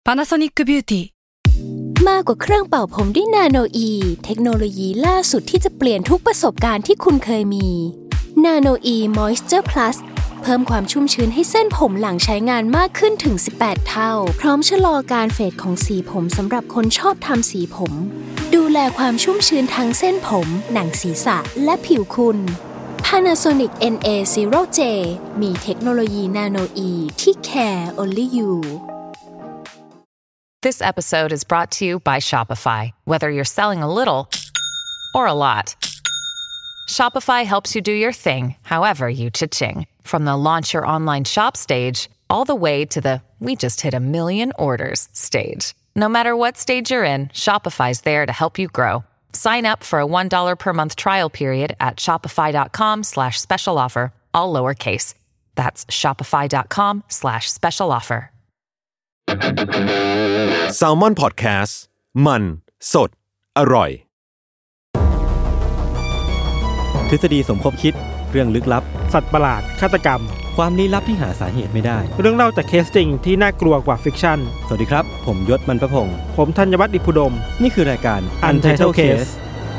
Panasonic Beauty มากกว่าเครื่องเป่าผมด้วยนาโนอีเทคโนโลยีล่าสุดที่จะเปลี่ยนทุกประสบการณ์ที่คุณเคยมีนาโนอีมอยส์เจอร์พลัสเพิ่มความชุ่มชื้นให้เส้นผมหลังใช้งานมากขึ้นถึง18เท่าพร้อมชะลอการเฟดของสีผมสำหรับคนชอบทำสีผมดูแลความชุ่มชื้นทั้งเส้นผมหนังศีรษะและผิวคุณ Panasonic NA0J มีเทคโนโลยีนาโนอีที่ care only you This episode is brought to you by Shopify. Whether you're selling a little or a lot, Shopify helps you do your thing, however you cha-ching. From the launch your online shop stage, all the way to the we just hit 1 million orders stage. No matter what stage you're in, Shopify's there to help you grow. Sign up for a $1 per month trial period at shopify.com/special offer, all lowercase. That's shopify.com/special offer. Salmon Podcast มันสดอร่อยทฤษฎีสมคบคิดเรื่องลึกลับสัตว์ประหลาดฆาตกรรมความลี้ลับที่หาสาเหตุไม่ได้เรื่องเล่าจากเคสจริงที่น่ากลัวกว่าฟิกชั่นสวัสดีครับผมยศมันประพงษ์ผมธัญวัฒน์อิพุดมนี่คือรายการ Untitled Case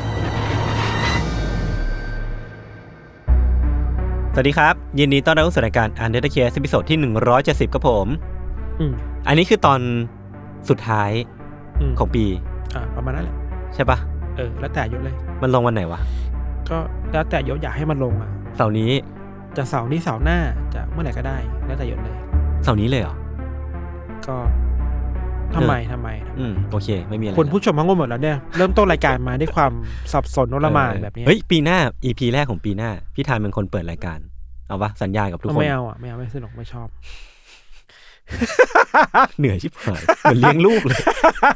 สวัสดีครับยินดีต้อนรับเข้าสู่รายการ Untitled Case ตอนที่170ครับผมอันนี้คือตอนสุดท้ายของปีประมาณนั้นแหละใช่ปะแล้วแต่ยศเลยมันลงวันไหนวะก็แล้วแต่ยศอยากให้มันลงเสาร์นี้จะเสาร์นี้เสาร์หน้าจะเมื่อไหร่ก็ได้แล้วแต่ยศเลยเสาร์นี้เลยเหรอก็ทำไมโอเคไม่มีอะไรคนผู้ชมทั้งหมดแล้วเนี่ยเริ่มต้นรายการมาด้วยความสับสนโอลหม่านแบบนี้เฮ้ยปีหน้า EP แรกของปีหน้าพี่ธานเป็นคนเปิดรายการเอาปะสัญญากับทุกคนไม่เอาไม่สนุกไม่ชอบเหนื่อยชิบหายเหมือนเลี้ยงลูกเลย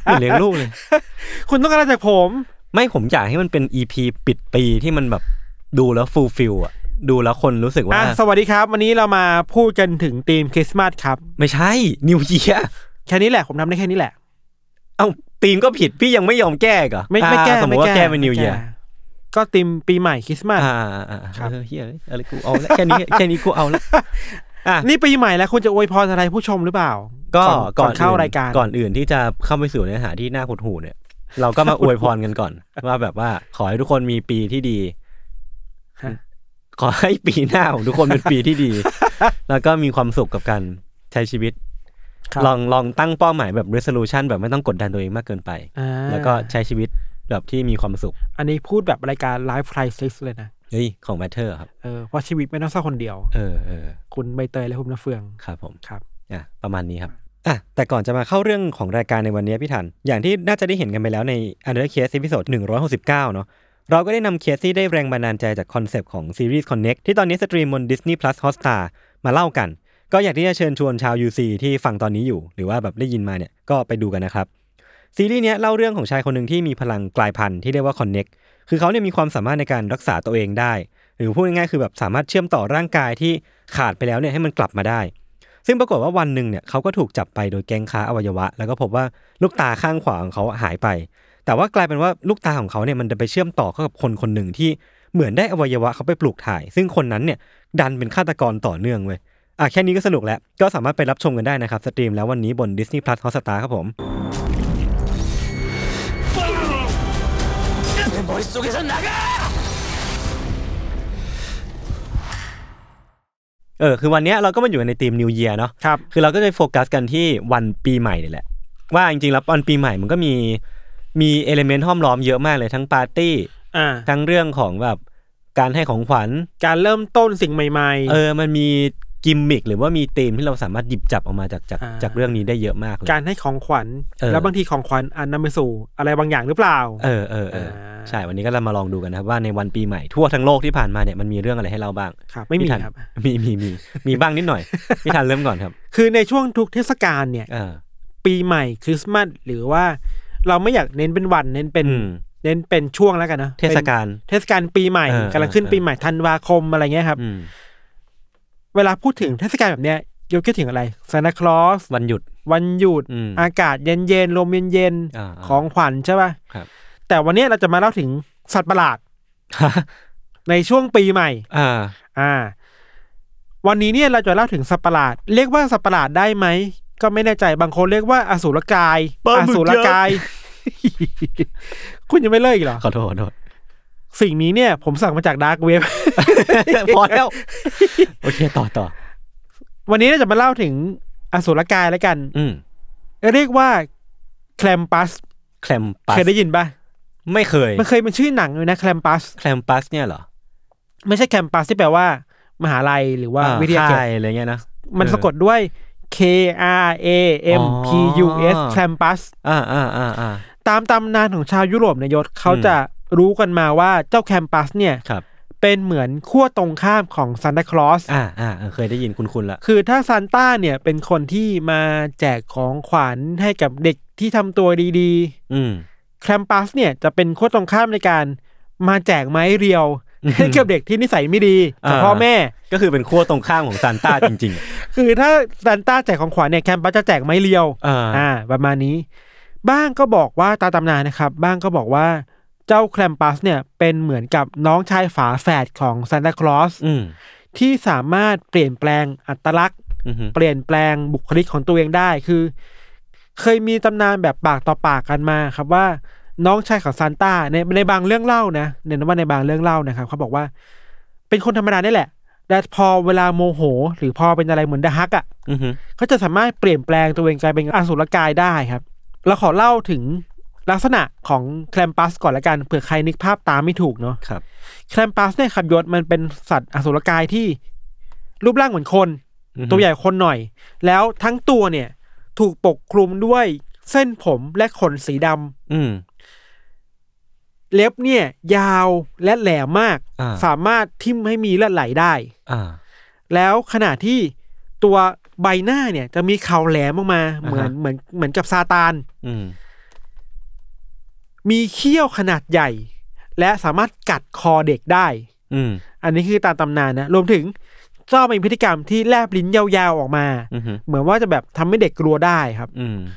คุณต้องการอะไรจากผมไม่ผมอยากให้มันเป็น EP ปิดปีที่มันแบบดูแล้วฟูลฟิลอ่ะดูแล้วคนรู้สึกว่าสวัสดีครับวันนี้เรามาพูดกันถึงธีมคริสต์มาสครับไม่ใช่นิวเยียร์แค่นี้แหละผมทำได้แค่นี้แหละเอ้าธีมก็ผิดพี่ยังไม่ยอมแก้เหรอไม่แก้สมมติว่าแก้เป็นนิวเยียร์ก็ธีมปีใหม่คริสต์มาสครับเฮ้ยอะไรกูเอาแล้วแค่นี้กูเอาแล้วนี่ปีใหม่แล้วคุณจะอวยพรอะไรผู้ชมหรือเปล่าก็ก่อนเข้ารายการก่อนอื่นที่จะเข้าไปสู่เนื้อหาที่น่าหดหู่เนี่ยเราก็มาอวยพรกันก่อนว่าแบบว่าขอให้ทุกคนมีปีที่ดีขอให้ปีหน้าของทุกคนเป็นปีที่ดีแล้วก็มีความสุขกับการใช้ชีวิตลองตั้งเป้าหมายแบบ resolution แบบไม่ต้องกดดันตัวเองมากเกินไปแล้วก็ใช้ชีวิตแบบที่มีความสุขอันนี้พูดแบบรายการ Life Crisis เลยนะเฮ้ยของ Matter ครับเพราะชีวิตไม่ต้องเศร้าคนเดียวคุณใบเตยและคุณมะเฟืองครับผมครับประมาณนี้ครับแต่ก่อนจะมาเข้าเรื่องของรายการในวันนี้พี่ทันอย่างที่น่าจะได้เห็นกันไปแล้วใน Untitled Case ตอน169เนาะเราก็ได้นำเคสที่ได้แรงบันดาลใจจากคอนเซปต์ของซีรีส์ Connect ที่ตอนนี้สตรีมบน Disney Plus Hotstar มาเล่ากันก็อยากที่จะเชิญชวนชาว UC ที่ฟังตอนนี้อยู่หรือว่าแบบได้ยินมาเนี่ยก็ไปดูกันนะครับซีรีส์นี้เล่าเรื่องของชายคนหนึ่งที่มีพลังกลายพันธุ์ที่เรียกว่า Connect คือเขาเนี่ยมีความสามารถในการรักษาตัวเองได้หรือพูดง่ายๆคือแบบสามารถเชื่อมต่อร่างกายที่ขาดไปแล้วเนี่ยให้มันกลับมาได้ซึ่งปรากฏว่าวันหนึ่งเนี่ยเขาก็ถูกจับไปโดยแก๊งค้าอวัยวะแล้วก็พบว่าลูกตาข้างขวาของเขาหายไปแต่ว่ากลายเป็นว่าลูกตาของเขาเนี่ยมันจะไปเชื่อมต่อเข้ากับคนคนหนึ่งที่เหมือนได้อวัยวะเขาไปปลูกถ่ายซึ่งคนนั้นเนี่ยดันเป็นฆาตกรต่อเนื่องเว้ยแค่นี้ก็สนุกแล้วก็สามารถไปรับชมกันได้นะครับสตรีมแล้ววันนี้บน Disney Plus Hotstar ครับผมคือวันนี้เราก็มาอยู่ในธีม New Year เนาะคือเราก็จะโฟกัสกันที่วันปีใหม่นี่แหละว่าจริงๆแล้ววันปีใหม่มันก็มีเอลิเมนต์ห้อมล้อมเยอะมากเลยทั้งปาร์ตี้ทั้งเรื่องของแบบการให้ของขวัญการเริ่มต้นสิ่งใหม่ๆมันมีกิมมิคหรือว่ามีธีมที่เราสามารถหยิบจับออกมาจากเรื่องนี้ได้เยอะมากเลยการให้ของขวัญแล้วบางทีของขวัญนำไปสู่อะไรบางอย่างหรือเปล่าใช่วันนี้ก็เรามาลองดูกันนะครับว่าในวันปีใหม่ทั่วทั้งโลกที่ผ่านมาเนี่ยมันมีเรื่องอะไรให้เราบ้างครับไม่มีครับมีบ้างนิดหน่อยพี่ทันเริ่มก่อนครับคือในช่วงทุกเทศกาลเนี่ยปีใหม่คริสต์มาสหรือว่าเราไม่อยากเน้นเป็นวันเน้นเป็นช่วงแล้วกันนะเทศกาลปีใหม่กำลังขึ้นปีใหม่ธันวาคมอะไรเงี้ยครับเวลาพูดถึงเทศกาลแบบเนี้ยยกคิดถึงอะไรซานตาคลอสวันหยุดอากาศเย็นๆลมเย็นๆของขวัญใช่ป่ะแต่วันนี้เราจะมาเล่าถึงสัตว์ประหลาดในช่วงปีใหม่วันนี้เนี่ยเราจะเล่าถึงสัตว์ประหลาดเรียกว่าสัตว์ประหลาดได้ไหมก็ไม่แน่ใจบางคนเรียกว่าอสูรกายอสูรกาย คุณยังไม่เลิกอีกเหรอขอโทษสิ่งนี้เนี่ยผมสั่งมาจากดาร์กเว็บพอแล้วโอเคต่อวันนี้เราจะมาเล่าถึงอสูรกายแล้วกันเรียกว่าแคลมปัสเคยได้ยินป่ะไม่เคยมันเคยเป็นชื่อหนังเลยนะแคลมปัสเนี่ยเหรอไม่ใช่แคมปัสที่แปลว่ามหาลัยหรือว่าวิทยาเขตอะไรเงี้ยนะมันสะกดด้วย K R A M P U S แคมปัสตามตำนานของชาวยุโรปในยศเขาจะรู้กันมาว่าเจ้าแคมปัสเนี่ยเป็นเหมือนขั้วตรงข้ามของซานตาคลอสเคยได้ยินคุ้นๆละคือถ้าซานต้าเนี่ยเป็นคนที่มาแจกของขวัญให้กับเด็กที่ทำตัวดีๆแคมปัสเนี่ยจะเป็นขั้วตรงข้ามในการมาแจกไม้เรียวให้กับเด็กที่นิสัยไม่ดีกับพ่อแม่ก็คือเป็นขั้วตรงข้ามของซานต้าจริงๆคือถ้าซานต้าแจกของขวัญเนี่ยแคมปัสจะแจกไม้เรียวประมาณนี้บ้างก็บอกว่าตามตำนานนะครับบ้างก็บอกว่าเจ้าแคมปัสเนี่ยเป็นเหมือนกับน้องชายฝาแฝดของซานตาคลอสที่สามารถเปลี่ยนแปลงอัตลักษณ์เปลี่ยนแปลงบุคลิกของตัวเองได้คือเคยมีตำนานแบบปากต่อปากกันมาครับว่าน้องชายของซานต้าในบางเรื่องเล่านะเนี่ยว่าในบางเรื่องเล่านะครับเขาบอกว่าเป็นคนธรรมดานี่แหละแต่พอเวลาโมโหหรือพอเป็นอะไรเหมือนดะฮักอ่ะเขาจะสามารถเปลี่ยนแปลงตัวเองกลายเป็นอสูรกายได้ครับเราขอเล่าถึงลักษณะของแคลมปัสก่อนละกันเผื่อใครนึกภาพตามไม่ถูกเนาะแคลมปัสเนี่ยครับยศมันเป็นสัตว์อสูรกายที่รูปร่างเหมือนคนตัวใหญ่คนหน่อยแล้วทั้งตัวเนี่ยถูกปกคลุมด้วยเส้นผมและขนสีดำเล็บเนี่ยยาวและแหลมมากสามารถทิ่มให้มีเลือดไหลได้แล้วขณะที่ตัวใบหน้าเนี่ยจะมีเขาแหลมออกมาเหมือนกับซาตานมีเขี้ยวขนาดใหญ่และสามารถกัดคอเด็กได้อันนี้คือตามตำนานนะรวมถึงชอบมีพฤติกรรมที่แลบลิ้นยาวๆออกมาเหมือนว่าจะแบบทำให้เด็กกลัวได้ครับ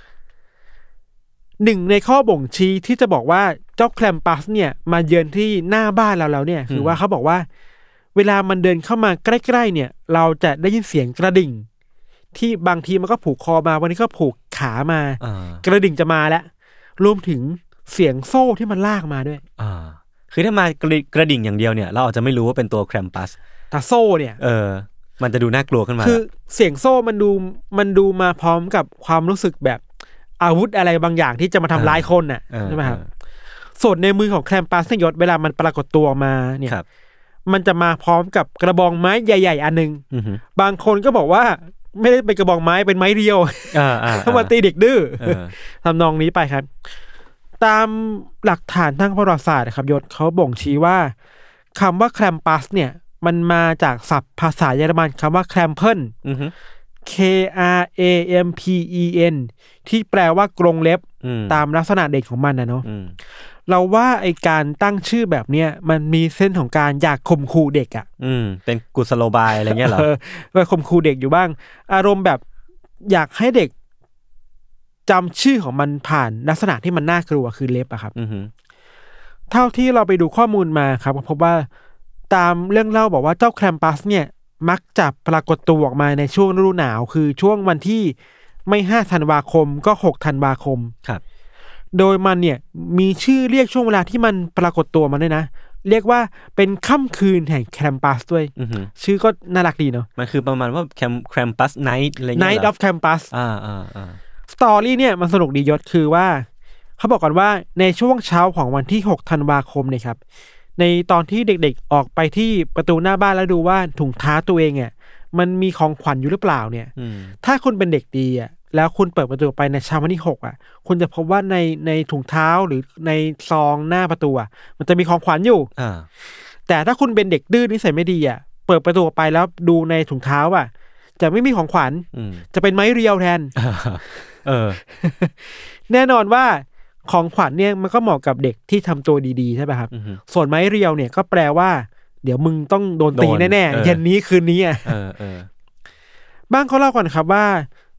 หนึ่งในข้อบ่งชี้ที่จะบอกว่าเจ้าแคลมปัสเนี่ยมาเยือนที่หน้าบ้านเราแล้วเนี่ยคือว่าเขาบอกว่าเวลามันเดินเข้ามาใกล้ๆเนี่ยเราจะได้ยินเสียงกระดิ่งที่บางทีมันก็ผูกคอมาวันนี้ก็ผูกขามากระดิ่งจะมาแล้วรวมถึงเสียงโซ่ที่มันลากมาด้วยคือถ้ามากระดิ่งอย่างเดียวเนี่ยเราอาจจะไม่รู้ว่าเป็นตัวแคลมปัสแต่โซ่เนี่ยมันจะดูน่ากลัวขึ้นมาคือเสียงโซ่มันดูมาพร้อมกับความรู้สึกแบบอาวุธอะไรบางอย่างที่จะมาทำร้ายคนน่ะใช่ไหมครับส่วนในมือของแคลมปัสยศเวลามันปรากฏตัวมาเนี่ยมันจะมาพร้อมกับกระบองไม้ใหญ่ๆอันนึงบางคนก็บอกว่าไม่ได้เป็นกระบองไม้เป็นไม้เรียวถ้ามาตีเด็กดื้อทำนองนี้ไปครับตามหลักฐานทางประวัติศาสตร์ครับยศเขาบ่งชี้ว่าคำว่าแคลมปัสเนี่ยมันมาจากศัพท์ภาษาเยอรมันคำว่าแคลมเพิลK R A M P E N ที่แปลว่ากรงเล็บตามลักษณะเด็กของมันนะเนาะเราว่าไอการตั้งชื่อแบบเนี้ยมันมีเส้นของการอยากข่มขู่เด็กอ่ะเป็นกุศโลบายอะไรเงี้ยเหรอว่าข่มขู่เด็กอยู่บ้างอารมณ์แบบอยากให้เด็กจำชื่อของมันผ่านลักษณะที่มันน่ากลัวคือเล็บอะครับเท่าที่เราไปดูข้อมูลมาครับพบว่าตามเรื่องเล่าบอกว่าเจ้าแคลมปัสเนี่ยมักจะปรากฏตัวออกมาในช่วงฤดูหนาวคือช่วงวันที่ไม่5ธันวาคมก็6ธันวาคมครับโดยมันเนี่ยมีชื่อเรียกช่วงเวลาที่มันปรากฏตัวมาด้วยนะเรียกว่าเป็นค่ำคืนแห่งแคลมปัสด้วยชื่อก็น่ารักดีเนาะมันคือประมาณว่าแคมปัสไนท์อะไรเงี้ย Night of Campus สตอรี่เนี่ยมันสนุกดียศคือว่าเขาบอกกันว่าในช่วงเช้าของวันที่6ธันวาคมเนี่ยครับในตอนที่เด็กๆออกไปที่ประตูหน้าบ้านแล้วดูว่าถุงเท้าตัวเองเนี่ยมันมีของขวัญอยู่หรือเปล่าเนี่ยถ้าคุณเป็นเด็กดีอ่ะแล้วคุณเปิดประตูไปในเช้าวันที่6อ่ะคุณจะพบว่าในถุงเท้าหรือในซองหน้าประตูอ่ะมันจะมีของขวัญอยู่แต่ถ้าคุณเป็นเด็กดื้อนิสัยไม่ดีอ่ะเปิดประตูไปแล้วดูในถุงเท้าอ่ะจะไม่มีของขวัญจะเป็นไม้เรียวแทนแน่นอนว่าของขวัญเนี่ยมันก็เหมาะกับเด็กที่ทำตัวดีๆใช่ป่ะครับส่วนไม้เรียวเนี่ยก็แปลว่าเดี๋ยวมึงต้องโดนตีแน่ๆเย็นนี้คืนนี้อ่ะบ้างเขาเล่าก่อนครับว่า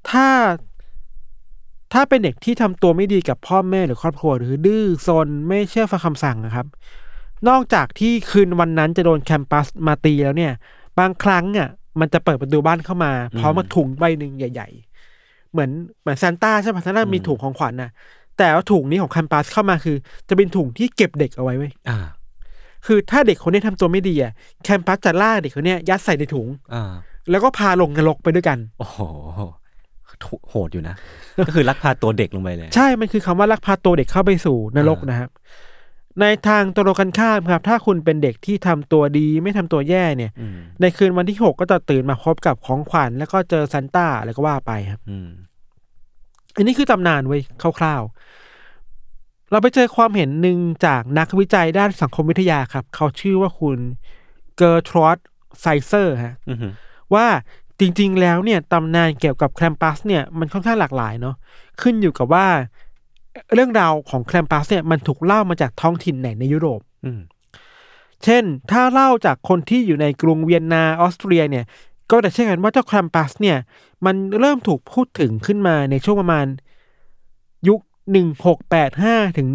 ถ้าเป็นเด็กที่ทำตัวไม่ดีกับพ่อแม่หรือครอบครัวหรือดื้อซนไม่เชื่อฟังคำสั่งนะครับนอกจากที่คืนวันนั้นจะโดนแคมปัสมาตีแล้วเนี่ยบางครั้งอ่ะมันจะเปิดประตูบ้านเข้ามาพร้อมกับถุงใบหนึ่งใหญ่ๆเหมือนซานต้าใช่ป่ะซานต้ามีถุงของขวัญน่ะแต่ว่าถุงนี้ของแคมปัสเข้ามาคือจะเป็นถุงที่เก็บเด็กเอาไว้เว้ยคือถ้าเด็กคนนี้ทำตัวไม่ดีอ่ะแคมปัสจะล่าเด็กคนนี้ยัดใส่ในถุงแล้วก็พาลงนรกไปด้วยกันโอ้โหโหดอยู่นะ ก็คือลักพาตัวเด็กลงไปเลยใช่มันคือคำว่าลักพาตัวเด็กเข้าไปสู่นรกนะครับในทางตรงกันข้ามครับถ้าคุณเป็นเด็กที่ทำตัวดีไม่ทำตัวแย่เนี่ยในคืนวันที่6ก็จะตื่นมาพบกับของขวัญแล้วก็เจอซานต้าอะไรก็ว่าไปครับอันนี้คือตำนานไว้คร่าวๆเราไปเจอความเห็นหนึ่งจากนักวิจัยด้านสังคมวิทยาครับเขาชื่อว่าคุณเกอร์ทรอดไซเซอร์ฮะว่าจริงๆแล้วเนี่ยตำนานเกี่ยวกับแคมปัสเนี่ยมันค่อนข้างหลากหลายเนาะขึ้นอยู่กับว่าเรื่องราวของแคมปัสเนี่ยมันถูกเล่ามาจากท้องถิ่นไหนในยุโรปเช่นถ้าเล่าจากคนที่อยู่ในกรุงเวียนนาออสเตรียเนี่ยก็จะเชื่อกันว่าเจ้าแคมปัสเนี่ยมันเริ่มถูกพูดถึงขึ้นมาในช่วงประมาณยุค1685ถึง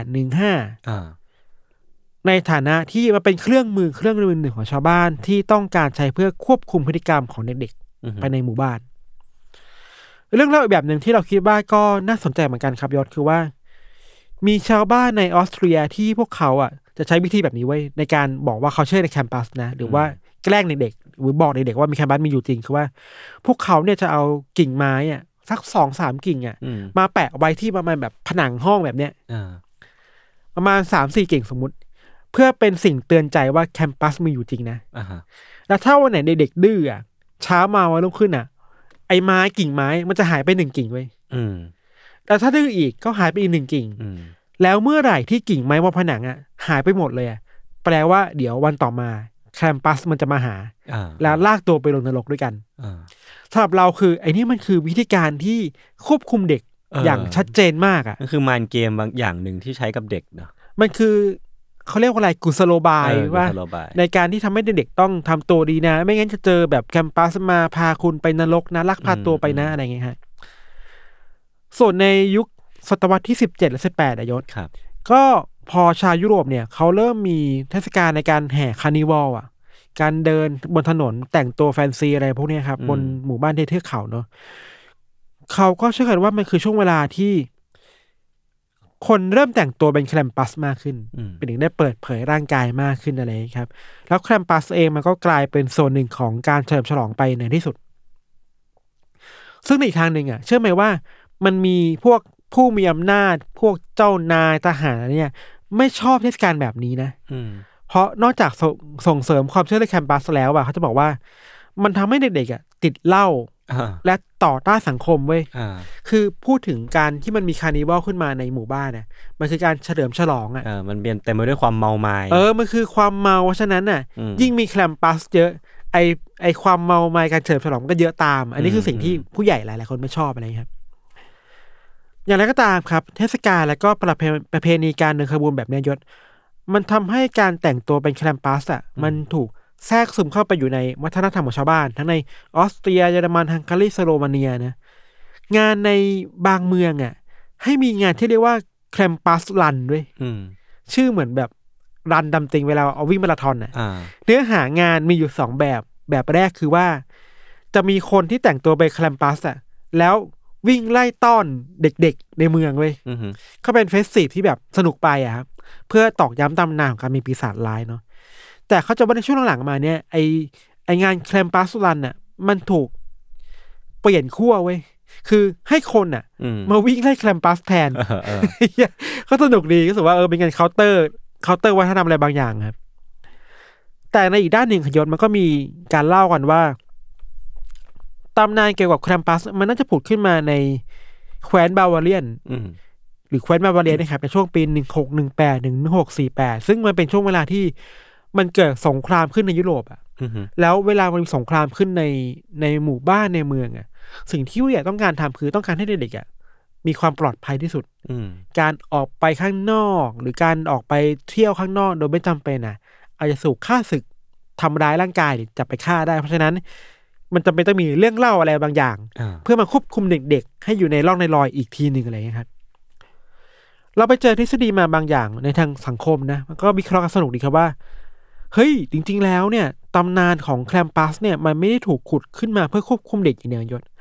1815ในฐานะที่มันเป็นเครื่องมือหนึ่งของชาวบ้านที่ต้องการใช้เพื่อควบคุมพฤติกรรมของเด็กๆไปในหมู่บ้านเรื่องเล่าอีกแบบหนึ่งที่เราคิดว่าก็น่าสนใจเหมือนกันครับยศคือว่ามีชาวบ้านในออสเตรียที่พวกเขาอ่ะจะใช้วิธีแบบนี้ไว้ในการบอกว่าเขาเชื่อในแคมปัสนะหรือว่าแกล้งเด็กๆหรือบอกเด็กๆว่ามีแคมปัสมีอยู่จริงคือว่าพวกเขาเนี่ยจะเอากิ่งไม้อ่ะสัก 2-3 กิ่งอ่ะมาแปะไว้ที่ประมาณแบบผนังห้องแบบเนี้ยประมาณ 3-4 กิ่งสมมุติเพื่อเป็นสิ่งเตือนใจว่าแคมปัสมีอยู่จริงนะแล้วถ้าวันไหนเด็กๆดื้ออ่ะเช้ามาวันรุ่งขึ้นอ่ะไอ้ไม้กิ่งไม้มันจะหายไป1กิ่งเว้ยแต่ถ้าดื้ออีกก็หายไปอีก1กิ่งแล้วเมื่อไหร่ที่กิ่งไม้บนผนังอ่ะหายไปหมดเลยอ่ะแปลว่าเดี๋ยววันต่อมาแคมปัสมันจะมาหาแล้วลากตัวไปลงนรกด้วยกันสำหรับเราคือไอ้นี่มันคือวิธีการที่ควบคุมเด็กอย่างชัดเจนมากอ่ะมันคือมายด์เกมบางอย่างหนึ่งที่ใช้กับเด็กเนาะมันคือเขาเรียกว่าอะไรกุศโลบายว่าในการที่ทำให้เด็กต้องทำตัวดีนะไม่งั้นจะเจอแบบแคมปัสมาพาคุณไปนรกนะลักพาตัวไปนะอะไรเงี้ยฮะส่วนในยุคศตวรรษที่17และ18ยศก็พอชาวยุโรปเนี่ยเขาเริ่มมีเทศกาลในการแห่คาร์นิวัลอ่ะการเดินบนถนนแต่งตัวแฟนซีอะไรพวกนี้ครับบนหมู่บ้านเทือกเขาเนาะเขาก็เชื่อกันว่ามันคือช่วงเวลาที่คนเริ่มแต่งตัวเป็นแคมปัสมากขึ้นเป็นถึงได้เปิดเผยร่างกายมากขึ้นอะไรครับแล้วแคมปัสเองมันก็กลายเป็นโซนหนึ่งของการเฉลิมฉลองไปในที่สุดซึ่งในอีกทางหนึ่งอ่ะเชื่อไหมว่ามันมีพวกผู้มีอำนาจพวกเจ้านายทหารเนี่ยไม่ชอบเทศกาลแบบนี้นะเพราะนอกจากส่งเสริมความเชื่อในแคมปัสแล้วอ่ะเขาจะบอกว่ามันทำให้เด็กๆอ่ะติดเหล้าและต่อต้านสังคมเว้ยคือพูดถึงการที่มันมีคาร์นิวัลขึ้นมาในหมู่บ้านน่ะมันคือการเฉลิมฉลองอ่ะมันเปลี่ยนเต็มไปด้วยความเมามายมันคือความเมาฉะนั้นน่ะยิ่งมีแคมปัสเยอะไอความเมามายการเฉลิมฉลองก็เยอะตามอันนี้คือสิ่งที่ผู้ใหญ่หลายๆคนไม่ชอบอะไรครับอย่างไรก็ตามครับเทศกาลและก็ประเพณีการเดินขบวนแบบนี้ยศมันทำให้การแต่งตัวเป็นแคมปัสอ่ะมันถูกแทรกซึมเข้าไปอยู่ในวัฒนธรรมของชาวบ้านทั้งในออสเตรียเยอรมันฮังการีสโลวาเนียนะงานในบางเมืองอ่ะให้มีงานที่เรียกว่าแคมปัสรันด้วยชื่อเหมือนแบบรันดำติงเวลาเอาวิ่งมาราธอนอ่ะเนื้อหางานมีอยู่2แบบแรกคือว่าจะมีคนที่แต่งตัวเป็นแคมปัสอ่ะแล้ววิ่งไล่ต้อนเด็กๆในเมืองเว้ยก็เป็นเฟสทีฟที่แบบสนุกไปอ่ะครับเพื่อตอกย้ำตำนานของการมีปีศาจร้ายเนาะแต่เขาจะว่าในช่วงหลังๆมาเนี่ยไองานแคมปัสรันน่ะมันถูกเปลี่ยนขั้วเว้ยคือให้คนน่ะมาวิ่งไล่แคมปัสแทนก็สนุกดีรู้สึกว่าเป็นงานเคาน์เตอร์วัฒนธรรมอะไรบางอย่างครับแต่ในอีกด้านหนึ่งขยศมันก็มีการเล่ากันว่าตำนานเกี่ยวกับแคมปัสมันน่าจะผุดขึ้นมาในแคว้นบาวาเรียนหรือแคว้นบาวาเรียนนะครับในช่วงปี1618 ถึง1648ซึ่งมันเป็นช่วงเวลาที่มันเกิดสงครามขึ้นในยุโรปอ่ะแล้วเวลามันมีสงครามขึ้นในหมู่บ้านในเมืองอ่ะสิ่งที่ผู้ใหญ่ต้องการทำคือต้องการให้เด็กๆอ่ะมีความปลอดภัยที่สุดการออกไปข้างนอกหรือการออกไปเที่ยวข้างนอกโดยไม่จำเป็นอ่ะอาจจะถูกฆ่าศึกทำร้ายร่างกายหรือจับไปฆ่าได้เพราะฉะนั้นมันจำเป็นต้องมีเรื่องเล่าอะไรบางอย่างเพื่อมาควบคุมเด็กๆให้อยู่ในร่องในรอยอีกทีนึงอะไรอย่างนี้ครับเราไปเจอทฤษฎีมาบางอย่างในทางสังคมนะมันก็วิเคราะห์กันสนุกดีครับว่าเฮ้ยจริงๆแล้วเนี่ยตำนานของแคมปัสเนี่ยมันไม่ได้ถูกขุดขึ้นมาเพื่อควบคุมเด็กอย่างเดียวยศ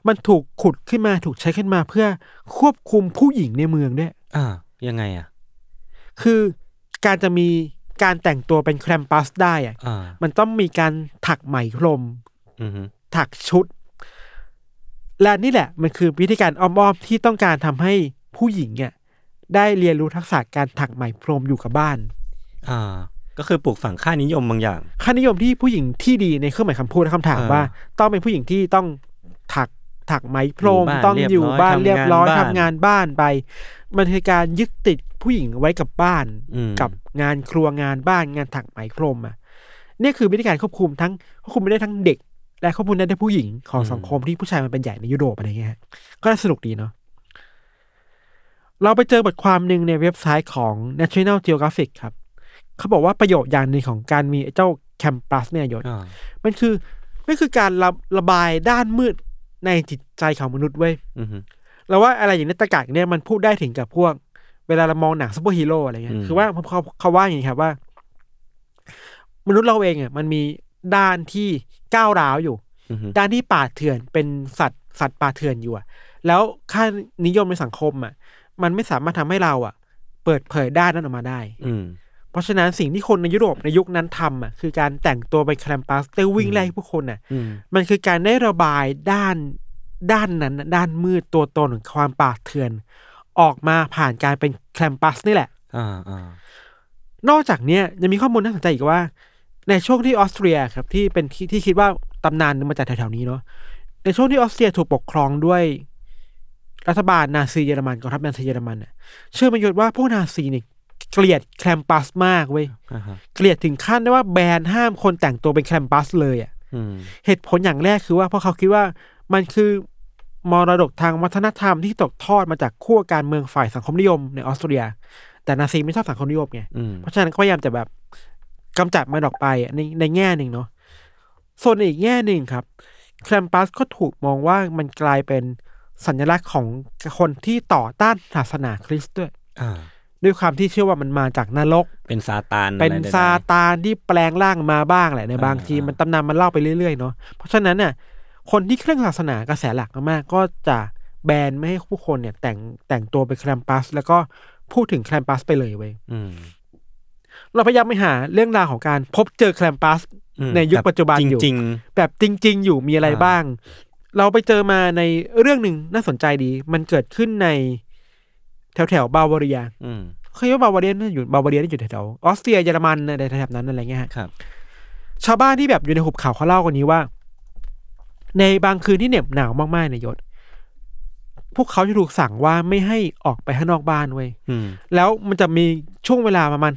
มันถูกขุดขึ้นมาถูกใช้ขึ้นมาเพื่อควบคุมผู้หญิงในเมืองด้วยยังไงอ่ะคือการจะมีการแต่งตัวเป็นแคมปัสได้อ่ะมันต้องมีการถักไหมพรมถักชุดและนี่แหละมันคือวิธีการอ้อมๆที่ต้องการทำให้ผู้หญิงอ่ะได้เรียนรู้ทักษะการถักไหมพรมอยู่กับบ้านก็คือปลูกฝังค่านิยมบางอย่างค่านิยมที่ผู้หญิงที่ดีในเครื่องหมายคำพูดและคำถามว่าต้องเป็นผู้หญิงที่ต้องถักไหมพรมต้องอยู่บ้านเรียบร้อยทำงานบ้านไปมันคือการยึดติดผู้หญิงไว้กับบ้านกับงานครัวงานบ้านงานถักไหมพรมอ่ะนี่คือวิธีการควบคุมไม่ได้ทั้งเด็กและควบคุมได้ผู้หญิงของสังคมที่ผู้ชายมันเป็นใหญ่ในยุโรปอะไรเงี้ยก็สนุกดีเนาะเราไปเจอบทความหนึ่งในเว็บไซต์ของ National Geographic ครับเขาบอกว่าประโยชน์อย่างหนึ่งของการมีเจ้าแคมปัสเนี่ยยศมันคือการระบายด้านมืดในจิตใจของมนุษย์เว้ยแล้วว่าอะไรอย่างนี้ตะกาเนี่ยมันพูดได้ถึงกับพวกเวลาเรามองหนังซุปเปอร์ฮีโร่อะไรเงี้ยคือว่าเขาว่าอย่างนี้ครับว่ามนุษย์เราเองอ่ะมันมีด้านที่ก้าวร้าวอยู่ด้านที่ป่าเถื่อนเป็นสัตว์ป่าเถื่อนอยู่อ่ะแล้วค่านิยมในสังคมอ่ะมันไม่สามารถทำให้เราอ่ะเปิดเผยด้านนั้นออกมาได้เพราะฉะนั้นสิ่งที่คนในยุโรปในยุคนั้นทำอ่ะคือการแต่งตัวเป็นแคมปัสเต้วิ่งไล่ผู้คนอ่ะมันคือการได้ระบายด้านนั้นด้านมืดตัวตนของความป่าเถื่อนออกมาผ่านการเป็นแคมปัสนี่แหละนอกจากนี้ยังมีข้อมูลน่าสนใจอีกว่าในช่วงที่ออสเตรียครับที่เป็นที่คิดว่าตำนานมาจากแถวๆนี้เนาะในช่วงที่ออสเตรียถูกปกครองด้วยรัฐบาลนาซีเยอรมันกองทัพนาซีเยอรมันเชื่อมั้ยว่าพวกนาซีเนี่ยเกลียดแคมปัสมากเว้ยเกลียดถึงขั้นได้ว่าแบนห้ามคนแต่งตัวเป็นแคมปัสเลยอ่ะเหตุผลอย่างแรกคือว่าเพราะเขาคิดว่ามันคือมรดกทางวัฒนธรรมที่ตกทอดมาจากขั้วการเมืองฝ่ายสังคมนิยมในออสเตรียแต่นาซีไม่ชอบสังคมนิยมไงเพราะฉะนั้นก็พยายามจะแบบกำจัดมันออกไปในแง่หนึ่งเนาะส่วนอีกแง่หนึ่งครับแคมปัสก็ถูกมองว่ามันกลายเป็นสัญลักษณ์ของคนที่ต่อต้านศาสนาคริสต์ด้วยความที่เชื่อว่ามันมาจากนรกเป็นซาตานที่แปลงร่างมาบ้างแหละในบางทีมันตำนานมันเล่าไปเรื่อยๆเนาะเพราะฉะนั้นเนี่ยคนที่เคร่งศาสนากระแสหลักมากก็จะแบนไม่ให้ผู้คนเนี่ยแต่งตัวเป็นแคมปัสแล้วก็พูดถึงแคมปัสไปเลยเว้ยเราพยายามไปหาเรื่องราวของการพบเจอแคมปัสในยุคปัจจุบันอยู่แบบจริงๆอยู่มีอะไรบ้างเราไปเจอมาในเรื่องหนึ่งน่าสนใจดีมันเกิดขึ้นในแถวบาวาเรียเคยว่าบาวาเรียนี่อยู่แถวออสเตรียเยอรมันในแถบนั้นอะไรเงี้ยครับชาวบ้านที่แบบอยู่ในหุบเขาเขาเล่ากันนี้ว่าในบางคืนที่เหน็บหนาวมากๆในยศพวกเขาจะถูกสั่งว่าไม่ให้ออกไปข้างนอกบ้านเว้ยแล้วมันจะมีช่วงเวลาประมาณ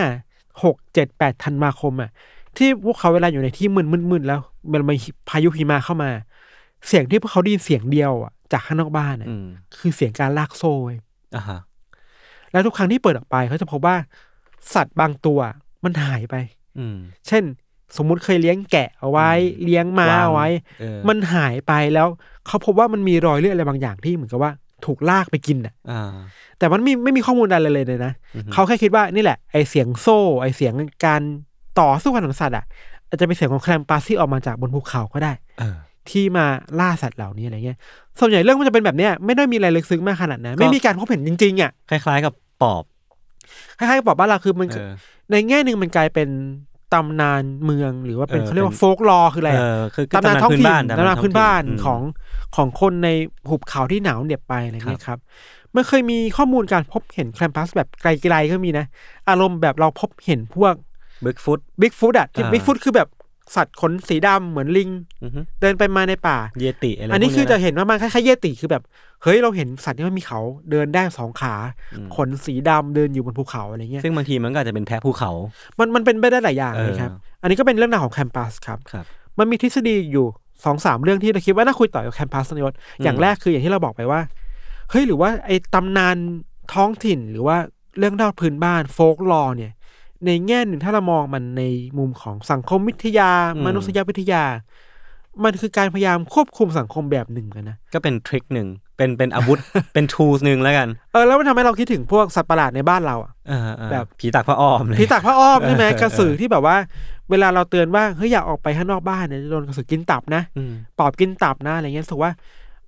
5 6 7 8ธันวาคมที่พวกเขาเวลาอยู่ในที่มืดๆแล้วมันมีพายุหิมะเข้ามาเสียงที่พวกเขาได้ยินเสียงเดียวจากข้างนอกบ้านคือเสียงการลากโซ่เว้ยแล้วทุกครั้งที่เปิดออกไปเขาจะพบว่าสัตว์บางตัวมันหายไปเช่นสมมุติเคยเลี้ยงแกะเอาไว้เลี้ยงม้าเอาไว้มันหายไปแล้วเขาพบว่ามันมีรอยเลือดอะไรบางอย่างที่เหมือนกับว่าถูกลากไปกินแต่มันไม่มีข้อมูลอะไรเลยนะเขาแค่คิดว่านี่แหละไอเสียงโซ่ไอเสียงการต่อสู้กันของสัตว์อาจจะเป็นเสียงของแคมปัสที่ออกมาจากบนภูเขาก็ได้ที่มาล่าสัตว์เหล่านี้อะไรเงี้ยส่วนใหญ่เรื่องมันจะเป็นแบบเนี้ยไม่ได้มีอะไรลึกซึ้งมากขนาดนั้นไม่มีการพบเห็นจริงๆคล้ายๆกับปอบบ้านเราคือมันในแง่นึงมันกลายเป็นตำนานเมืองหรือว่าเป็นเขาเรียกว่าโฟกลอร์คืออะไรตำนานท้องถิ่นตำนานพื้นบ้านของคนในหุบเขาที่หนาวเหน็บไปอะไรเงี้ยครับมันเคยมีข้อมูลการพบเห็นแคมปัสแบบไกลๆก็มีนะอารมณ์แบบเราพบเห็นพวกบิ๊กฟุตที่บิ๊กฟุตคือแบบสัตว์ขนสีดำเหมือนลิงเดินไปมาในป่าเยติอะไรอันนี้คือจะเห็นว่ามันคล้ายๆเยติคือแบบเฮ้ยเราเห็นสัตว์ที่มันมีเขาเดินได้2 ขาขนสีดำเดินอยู่บนภูเขาอะไรเงี้ยซึ่งบางทีมันก็อาจจะเป็นแพะภูเขามันเป็นไปได้หลายอย่างเลยครับอันนี้ก็เป็นเรื่องราวของแคมปัสครับมันมีทฤษฎีอยู่ 2-3 เรื่องที่เราคิดว่าน่าคุยต่อกับแคมปัสนยศอย่างแรกคืออย่างที่เราบอกไปว่าเฮ้ยหรือว่าไอ้ตำนานท้องถิ่นหรือว่าเรื่องเล่าพื้นบ้านโฟกลอร์เนี่ยในแง่หนึ่งถ้าเรามองมันในมุมของสังคมวิทยามนุษยวิทยามันคือการพยายามควบคุมสังคมแบบหนึ่งกันนะก็เป็นทริคหนึ่งเป็นอาวุธ เป็นทูลนึงแล้วกันแล้วมันทำให้เราคิดถึงพวกสัตว์ประหลาดในบ้านเราแบบผีตากผ้าอ้อมผีตากผ้าอ้อมใช่ไหมกระสือที่แบบว่าเวลาเราเตือนว่าเฮ้ยอย่าออกไปข้างนอกบ้านเนี่ยจะโดนกระสือกินตับนะปอบกินตับนะอะไรเงี้ยรู้สึกว่า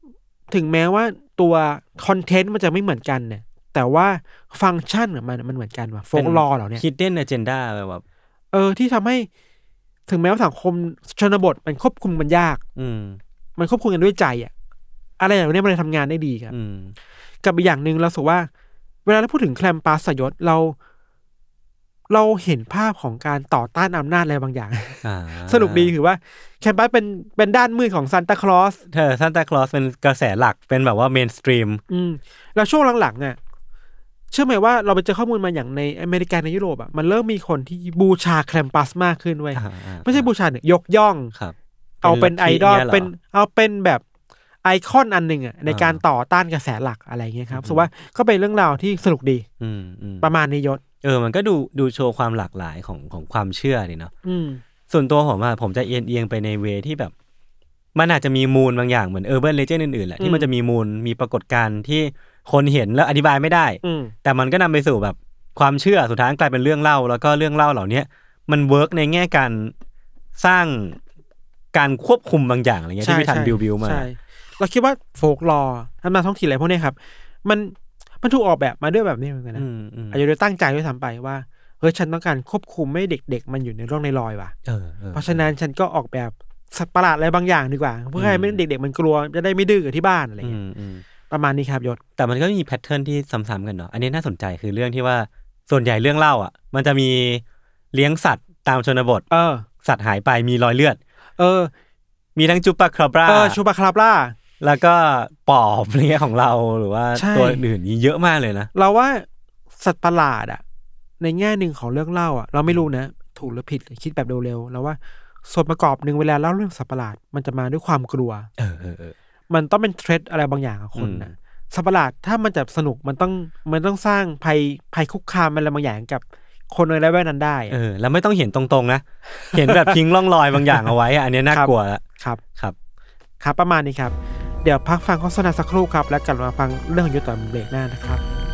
ถึงแม้ว่าตัวคอนเทนต์มันจะไม่เหมือนกันเนี่ยแต่ว่าฟังก์ชันของมันเหมือนกันว่ะโฟกลอร์เหล่านี้ hidden agenda แบบที่ทำให้ถึงแม้ว่าสังคมชนบทมันควบคุมมันยากมันควบคุมกันด้วยใจอ่ะอะไรอย่างนี้มันเลยทำงานได้ดีครับกับอีกอย่างนึงเราสึกว่าเวลาเราพูดถึงแคมปัสยศเราเห็นภาพของการต่อต้านอำนาจอะไรบางอย่างสนุกดีคือว่าแคมปัสเป็นด้านมืดของซานตาคลอสซานตาคลอสเป็นกระแสหลักเป็นแบบว่าเมนสตรีมแล้วช่วงหลังๆเนี่ยเชื่อไหมว่าเราไปเจอข้อมูลมาอย่างในอเมริกาในยุโรปอ่ะมันเริ่มมีคนที่บูชาแคมปัสมากขึ้นเว้ยไม่ใช่บูชาเนี่ยยกย่องเอาเป็นไอดอลเป็นแบบไอคอนอันหนึ่งอ่ะในการต่อต้านกระแสหลักอะไรเงี้ยครับสึกว่าก็เป็นเรื่องราวที่สนุกดีประมาณนี้ยศมันก็ดูโชว์ความหลากหลายของความเชื่อนี่เนาะส่วนตัวผมจะเอียงไปในเวที่แบบมันอาจจะมีมูลบางอย่างเหมือนUrban Legendอื่นๆแหละที่มันจะมีมูลมีปรากฏการณ์ที่คนเห็นแล้วอธิบายไม่ได้แต่มันก็นำไปสู่แบบความเชื่อสุดท้ายกลายเป็นเรื่องเล่าแล้วก็เรื่องเล่าเหล่านี้มันเวิร์กในแง่การสร้างการควบคุมบางอย่างอะไรเงี้ยที่พี่ทันบิวมาเราคิดว่าโฟกลอร์ทำมาท้องถิ่นอะไรพวกนี้ครับมันถูกออกแบบมาด้วยแบบนี้เหมือนกันนะอาจจะโดยตั้งใจด้วยซ้ำไปว่าเฮ้ยฉันต้องการควบคุมไม่เด็กๆมันอยู่ในร่องในรอยว่ะเพราะฉะนั้นฉันก็ออกแบบสัตว์ประหลาดอะไรบางอย่างดีกว่าเพื่อให้ไม่เด็กๆมันกลัวจะได้ไม่ดื้อกับที่บ้านอะไรอย่างเงี้ยประมาณนี้ครับยศแต่มันก็มีแพทเทิร์นที่ซ้ำๆกันเนาะอันนี้น่าสนใจคือเรื่องที่ว่าส่วนใหญ่เรื่องเล่าอ่ะมันจะมีเลี้ยงสัตว์ตามชนบทสัตว์หายไปมีรอยเลือดมีทั้งจูปาคาบราจูปาคาบราแล้วก็ปอบอะไรเงี้ยของเราหรือว่าตัวอื่นๆเยอะมากเลยนะเราว่าสัตว์ประหลาดอ่ะในแง่นึงของเรื่องเล่าอ่ะเราไม่รู้นะถูกหรือผิดคิดแบบเร็วๆแล้วว่าส่วนประกอบนึงเวลาเล่าเรื่องสัตว์ประหลาดมันจะมาด้วยความกลัวมันต้องเป็นเทรดอะไรบางอย่างกับคนนะสัตว์ประหลาดถ้ามันจะสนุกมันต้องสร้างภัยคุกคามอะไรบางอย่างกับคนในระแวกนั้นได้แล้วไม่ต้องเห็นตรงๆนะ เห็นแบบทิ้งร่องรอยบางอย่างเอาไว้อันนี้น่ากลัวแล้วครับประมาณนี้ครับเดี๋ยวพักฟังโฆษณาสักครู่ครับแล้วกลับมาฟังเรื่องของยุทธต่อเบรกหน้านะครับ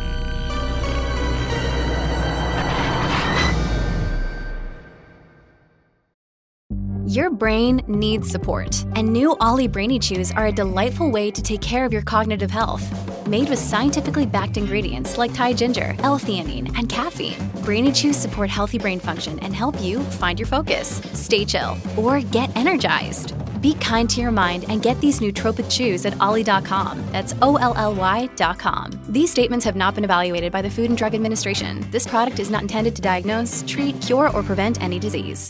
Your brain needs support, and new Ollie Brainy Chews are a delightful way to take care of your cognitive health. Made with scientifically backed ingredients like Thai ginger, L-theanine, and caffeine, Brainy Chews support healthy brain function and help you find your focus, stay chill, or get energized. Be kind to your mind and get these nootropic chews at ollie.com. That's OLLY.com. These statements have not been evaluated by the Food and Drug Administration. This product is not intended to diagnose, treat, cure, or prevent any disease.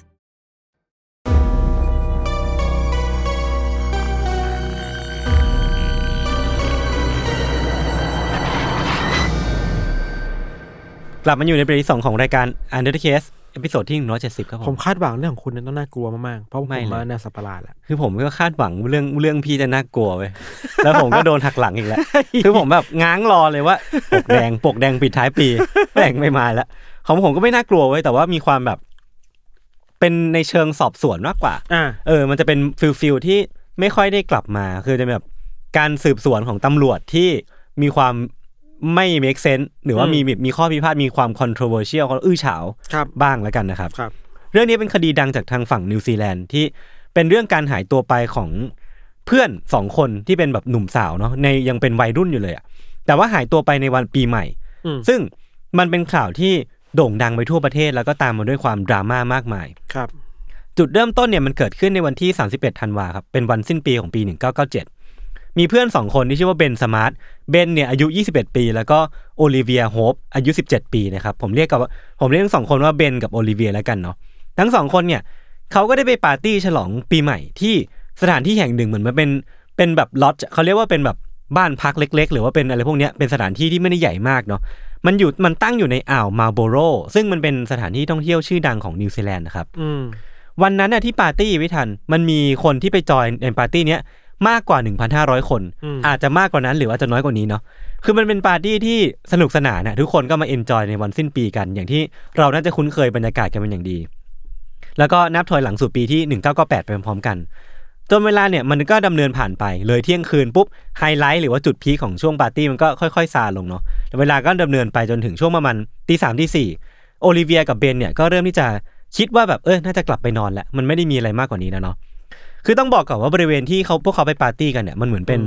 กลับมาอยู่ในเบรกที่2ของรายการ Under the Case เอพิโซดที่170ครับผมคาดหวังเรื่องของคุณนั้นต้องน่ากลัวมากๆเพราะผมมาแนวสัตว์ประหลาดแหละคือผมก็คาดหวังเรื่องพี่จะน่ากลัวเว้ยแล้วผมก็โดนหักหลังอีกแล้ว คือผมแบบง้างรอเลยว่าปกแดงปิดท้ายปีแบ่งไม่มาแล้วของผมก็ไม่น่ากลัวเว้ยแต่ว่ามีความแบบเป็นในเชิงสอบสวนมากกว่ามันจะเป็นฟิลที่ไม่ค่อยได้กลับมาคือจะแบบการสืบสวนของตำรวจที่มีความไม่ make sense หรือว่ามีข้อพิพาทมีความ controversial ความอื้อฉาวบ้างแล้วกันนะครับเรื่องนี้เป็นคดีดังจากทางฝั่งนิวซีแลนด์ที่เป็นเรื่องการหายตัวไปของเพื่อน2คนที่เป็นแบบหนุ่มสาวเนาะในยังเป็นวัยรุ่นอยู่เลยอ่ะแต่ว่าหายตัวไปในวันปีใหม่ซึ่งมันเป็นข่าวที่โด่งดังไปทั่วประเทศแล้วก็ตามมาด้วยความดราม่ามากมายจุดเริ่มต้นเนี่ยมันเกิดขึ้นในวันที่31ธันวาคมครับเป็นวันสิ้นปีของปี1997มีเพื่อน2คนที่ชื่อว่าเบนสมาร์ทเบนเนี่ยอายุ21ปีแล้วก็โอลิเวียโฮปอายุ17ปีนะครับผมเรียกทั้ง2คนว่าเบนกับโอลิเวียแล้วกันเนาะทั้ง2คนเนี่ยเขาก็ได้ไปปาร์ตี้ฉลองปีใหม่ที่สถานที่แห่งหนึ่งเหมือนมันเป็นแบบล็อตเขาเรียกว่าเป็นแบบบ้านพักเล็กๆหรือว่าเป็นอะไรพวกนี้เป็นสถานที่ที่ไม่ได้ใหญ่มากเนาะมันตั้งอยู่ในอ่าวมาร์โบโรซึ่งมันเป็นสถานที่ท่องเที่ยวชื่อดังของนิวซีแลนด์นะครับวันนั้นน่ะที่ปาร์ตี้วิทันมันมีคนที่ไปจอยในปาร์ตี้เนี้ยมากกว่า 1,500 คนอาจจะมากกว่านั้นหรือว่าจะน้อยกว่านี้เนาะคือมันเป็นปาร์ตี้ที่สนุกสนานนะทุกคนก็มาเอนจอยในวันสิ้นปีกันอย่างที่เราน่าจะคุ้นเคยบรรยากาศกันเป็นอย่างดีแล้วก็นับถอยหลังสู่ปีที่1998ไปพร้อมๆกันจนเวลาเนี่ยมันก็ดำเนินผ่านไปเลยเที่ยงคืนปุ๊บไฮไลท์หรือว่าจุดพีคของช่วงปาร์ตี้มันก็ค่อยๆซาลงเนาะเวลาก็ดำเนินไปจนถึงช่วงประมาณ 3:00 น 4:00 โอลิเวียกับเบนเนี่ยก็เริ่มที่จะคิดว่าแบบน่าจะกลับไปนอนแล้วมันไม่ได้มีอะไรมากกว่านี้แล้วเนาะคือต้องบอกก่อนว่าบริเวณที่พวกเขาไปปาร์ตี้กันเนี่ยมันเหมือน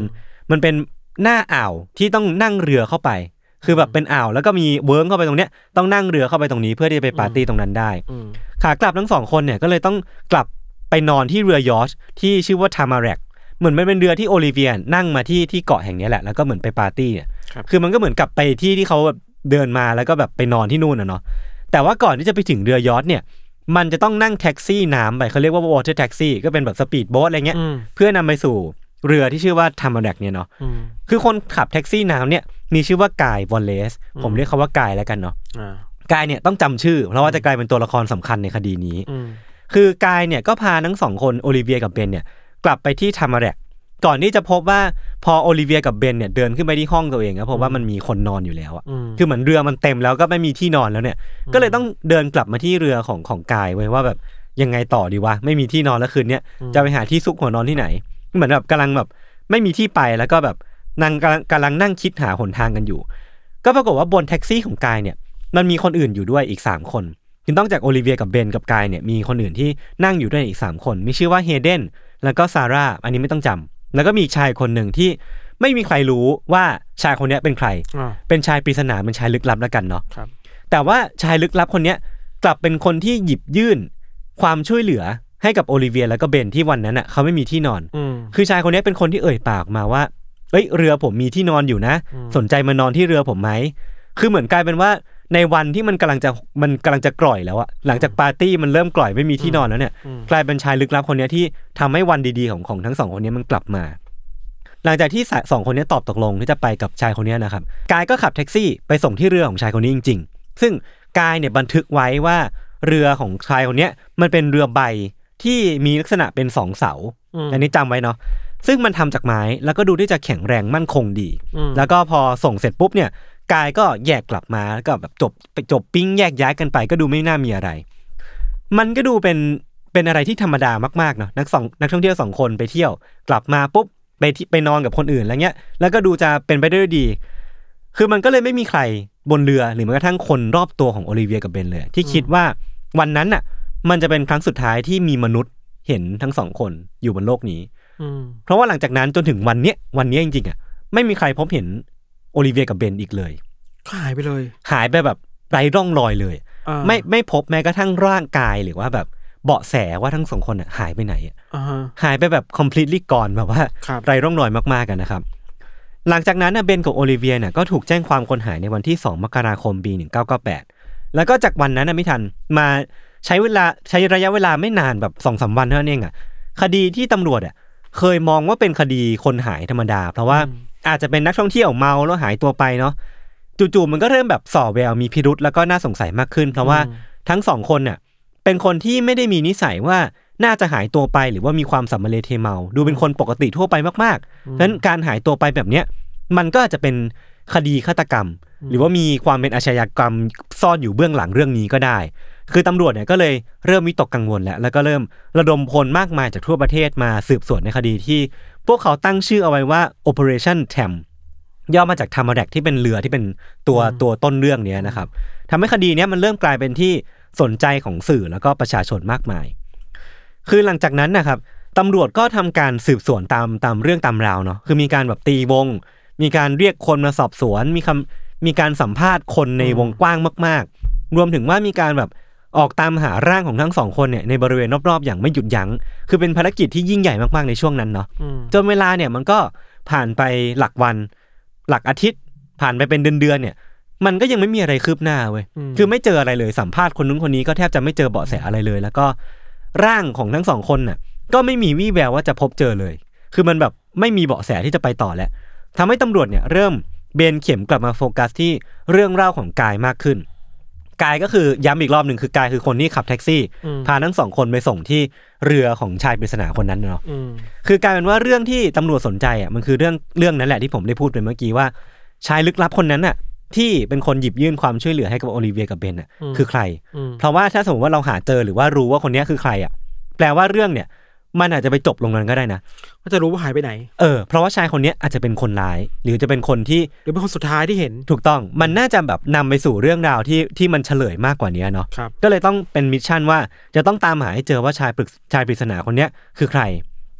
มันเป็นหน้าอ่าวที่ต้องนั่งเรือเข้าไปคือแบบเป็นอ่าวแล้วก็มีเวิร์กเข้าไปตรงเนี้ยต้องนั่งเรือเข้าไปตรงนี้เพื่อที่จะไปปาร์ตี้ตรงนั้นได้ขากลับทั้ง2คนเนี่ยก็เลยต้องกลับไปนอนที่เรือยอชท์ที่ชื่อว่าทามาแร็กเหมือนมันเป็นเรือที่โอลิเวียนั่งมาที่เกาะแห่งนี้แหละแล้วก็เหมือนไปปาร์ตี้เนี่ยคือมันก็เหมือนกับไปที่เขาเดินมาแล้วก็แบบไปนอนที่นู่นเนาะแต่ว่าก่อนที่จะไปถึงเรือยอชท์เนี่ยมันจะต้องนั่งแท็กซี่น้ำไปเขาเรียกว่าวอเตอร์แท็กซี่ก็เป็นแบบสปีดโบ๊ทอะไรเงี้ยเพื่อนำไปสู่เรือที่ชื่อว่าทามาแร็กเนี่ยเนาะคือคนขับแท็กซี่น้ำเนี่ยมีชื่อว่ากายวอลเลสผมเรียกเขาว่ากายแล้วกันเนาะกายเนี่ยต้องจำชื่อเพราะว่าจะกลายเป็นตัวละครสำคัญในคดีนี้คือกายเนี่ยก็พาทั้ง2คนโอลิเวียกับเบนเนี่ยกลับไปที่ทามาแร็กก่อนที่จะพบว่าพอโอลิเวียกับเบนเนี่ยเดินขึ้นไปที่ห้องตัวเองก็พบว่ามันมีคนนอนอยู่แล้วอ่ะคือเหมือนเรือมันเต็มแล้วก็ไม่มีที่นอนแล้วเนี่ยก็เลยต้องเดินกลับมาที่เรือของกายไว้ว่าแบบยังไงต่อดีวะไม่มีที่นอนแล้วคืนนี้จะไปหาที่ซุกหัวนอนที่ไหนเหมือนแบบกำลังแบบไม่มีที่ไปแล้วก็แบบกำลังนั่งคิดหาหนทางกันอยู่ก็ปรากฏว่าบนแท็กซี่ของกายเนี่ยมันมีคนอื่นอยู่ด้วยอีก3คนคือต้องจากโอลิเวียกับเบนกับกายเนี่ยมีคนอื่นที่นั่งอยู่ด้วยอีก3คนมีชื่อว่าเฮเดนแล้วก็ซาร่าอันนี้ไม่ต้องจำแล้วก็มีชายคนหนึ่งที่ไม่มีใครรู้ว่าชายคนนี้เป็นใครเป็นชายปริศนาเป็นชายลึกลับแล้วกันเนาะแต่ว่าชายลึกลับคนนี้กลับเป็นคนที่หยิบยื่นความช่วยเหลือให้กับโอลิเวียแล้วก็เบนที่วันนั้นอ่ะเขาไม่มีที่นอนคือชายคนนี้เป็นคนที่เอ่ยปากมาว่าเอ้ยเรือผมมีที่นอนอยู่นะสนใจมานอนที่เรือผมไหมคือเหมือนกลายเป็นว่าในวันที่มันกำลังจะกร่อยแล้วอะหลังจากปาร์ตี้มันเริ่มกร่อยไม่มีที่นอนแล้วเนี่ยกลายเป็นชายลึกลับคนนี้ที่ทำให้วันดีๆของทั้ง2คนนี้มันกลับมาหลังจากที่2คนนี้ตอบตกลงที่จะไปกับชายคนนี้นะครับกายก็ขับแท็กซี่ไปส่งที่เรือของชายคนนี้จริงๆซึ่งกายเนี่ยบันทึกไว้ว่าเรือของชายคนนี้มันเป็นเรือใบที่มีลักษณะเป็น2เสาอันนี้จำไว้เนาะซึ่งมันทำจากไม้แล้วก็ดูที่จะแข็งแรงมั่นคงดีแล้วก็พอส่งเสร็จปุ๊บเนี่ยกายก็แยกกลับมาก็แบบจบปิ้งแยกย้ายกันไปก็ดูไม่น่ามีอะไรมันก็ดูเป็นอะไรที่ธรรมดามากๆเนาะนักท่องเที่ยว2คนไปเที่ยวกลับมาปุ๊บไปนอนกับคนอื่นอะไรเงี้ยแล้วก็ดูจะเป็นไปได้ด้วยดีคือมันก็เลยไม่มีใครบนเรือหรือแม้กระทั่งคนรอบตัวของโอลิเวียกับเบนเลยที่คิดว่าวันนั้นน่ะมันจะเป็นครั้งสุดท้ายที่มีมนุษย์เห็นทั้ง2คนอยู่บนโลกนี้เพราะว่าหลังจากนั้นจนถึงวันเนี้ยจริงๆอ่ะไม่มีใครพบเห็นโอลิเวียกับเบนอีกเลยหายไปเลยหายไปแบบไร้ร่องรอยเลยไม่พบแม้กระทั่งร่างกายหรือว่าแบบเบาะแสว่าทั้ง2คนอ่ะหายไปไหนหายไปแบบ completely gone แบบว่าไร้ร่องรอยมากๆกันนะครับหลังจากนั้นนะเบนกับโอลิเวียเนี่ยก็ถูกแจ้งความคนหายในวันที่2มกราคมปี1998แล้วก็จากวันนั้นนะไม่ทันมาใช้ระยะเวลาไม่นานแบบ 2-3 วันเท่านั้นเองอ่ะคดีที่ตำรวจอ่ะเคยมองว่าเป็นคดีคนหายธรรมดาเพราะว่าอาจจะเป็นนักท่องเที่ยวเมาแล้วหายตัวไปเนาะจู่ๆมันก็เริ่มแบบส่อแววมีพิรุธแล้วก็น่าสงสัยมากขึ้นเพราะว่าทั้ง2คนน่ะเป็นคนที่ไม่ได้มีนิสัยว่าน่าจะหายตัวไปหรือว่ามีความสัมมาเลเทเมาดูเป็นคนปกติทั่วไปมากๆงั้นการหายตัวไปแบบเนี้ยมันก็อาจจะเป็นคดีฆาตกรรมหรือว่ามีความเป็นอาชญากรรมซ่อนอยู่เบื้องหลังเรื่องนี้ก็ได้คือตำรวจเนี่ยก็เลยเริ่มวิตกกังวลแล้วก็เริ่มระดมพลมากมายจากทั่วประเทศมาสืบสวนในคดีที่พวกเขาตั้งชื่อเอาไว้ว่า Operation TAM ย่อมาจากทามาแร็กที่เป็นเรือที่เป็นตัวต้นเรื่องนี้นะครับทำให้คดีนี้มันเริ่มกลายเป็นที่สนใจของสื่อแล้วก็ประชาชนมากมายคือหลังจากนั้นนะครับตำรวจก็ทำการสืบสวนตามเรื่องตามราวเนาะคือมีการแบบตีวงมีการเรียกคนมาสอบสวนมีการสัมภาษณ์คนในวงกว้างมากๆรวมถึงว่ามีการแบบออกตามหาร่างของทั้ง2คนเนี่ยในบริเวณรอบๆอย่างไม่หยุดยั้งคือเป็นภารกิจที่ยิ่งใหญ่มากๆในช่วงนั้นเนาะจนเวลาเนี่ยมันก็ผ่านไปหลักวันหลักอาทิตย์ผ่านไปเป็นเดือนเนี่ยมันก็ยังไม่มีอะไรคืบหน้าเว้ยคือไม่เจออะไรเลยสัมภาษณ์คนนู้นคนนี้ก็แทบจะไม่เจอเบาะแสอะไรเลยแล้วก็ร่างของทั้ง2คนน่ะก็ไม่มีวี่แววว่าจะพบเจอเลยคือมันแบบไม่มีเบาะแสที่จะไปต่อแล้วทำให้ตำรวจเนี่ยเริ่มเบนเข็มกลับมาโฟกัสที่เรื่องเล่าของกายมากขึ้นกายก็คือย้ำอีกรอบนึงคือกายคือคนที่ขับแท็กซี่พาทั้ง2คนไปส่งที่เรือของชายปริศนาคนนั้นเนาะคือกลายเป็นว่าเรื่องที่ตำรวจสนใจอ่ะมันคือเรื่องนั้นแหละที่ผมได้พูดไปเมื่อกี้ว่าชายลึกลับคนนั้นน่ะที่เป็นคนหยิบยื่นความช่วยเหลือให้กับโอลิเวียกับเบนน่ะคือใครเพราะว่าถ้าสมมติว่าเราหาเจอหรือว่ารู้ว่าคนนี้คือใครอ่ะแปลว่าเรื่องเนี่ยมันอาจจะไปจบลงนั้นก็ได้นะก็จะรู้ว่าหายไปไหนเพราะว่าชายคนนี้อาจจะเป็นคนร้ายหรือจะเป็นคนที่หรือเป็นคนสุดท้ายที่เห็นถูกต้องมันน่าจะแบบนำไปสู่เรื่องราวที่มันเฉลยมากกว่านี้เนาะก็เลยต้องเป็นมิชชั่นว่าจะต้องตามหาให้เจอว่าชายปริศนาคนนี้คือใคร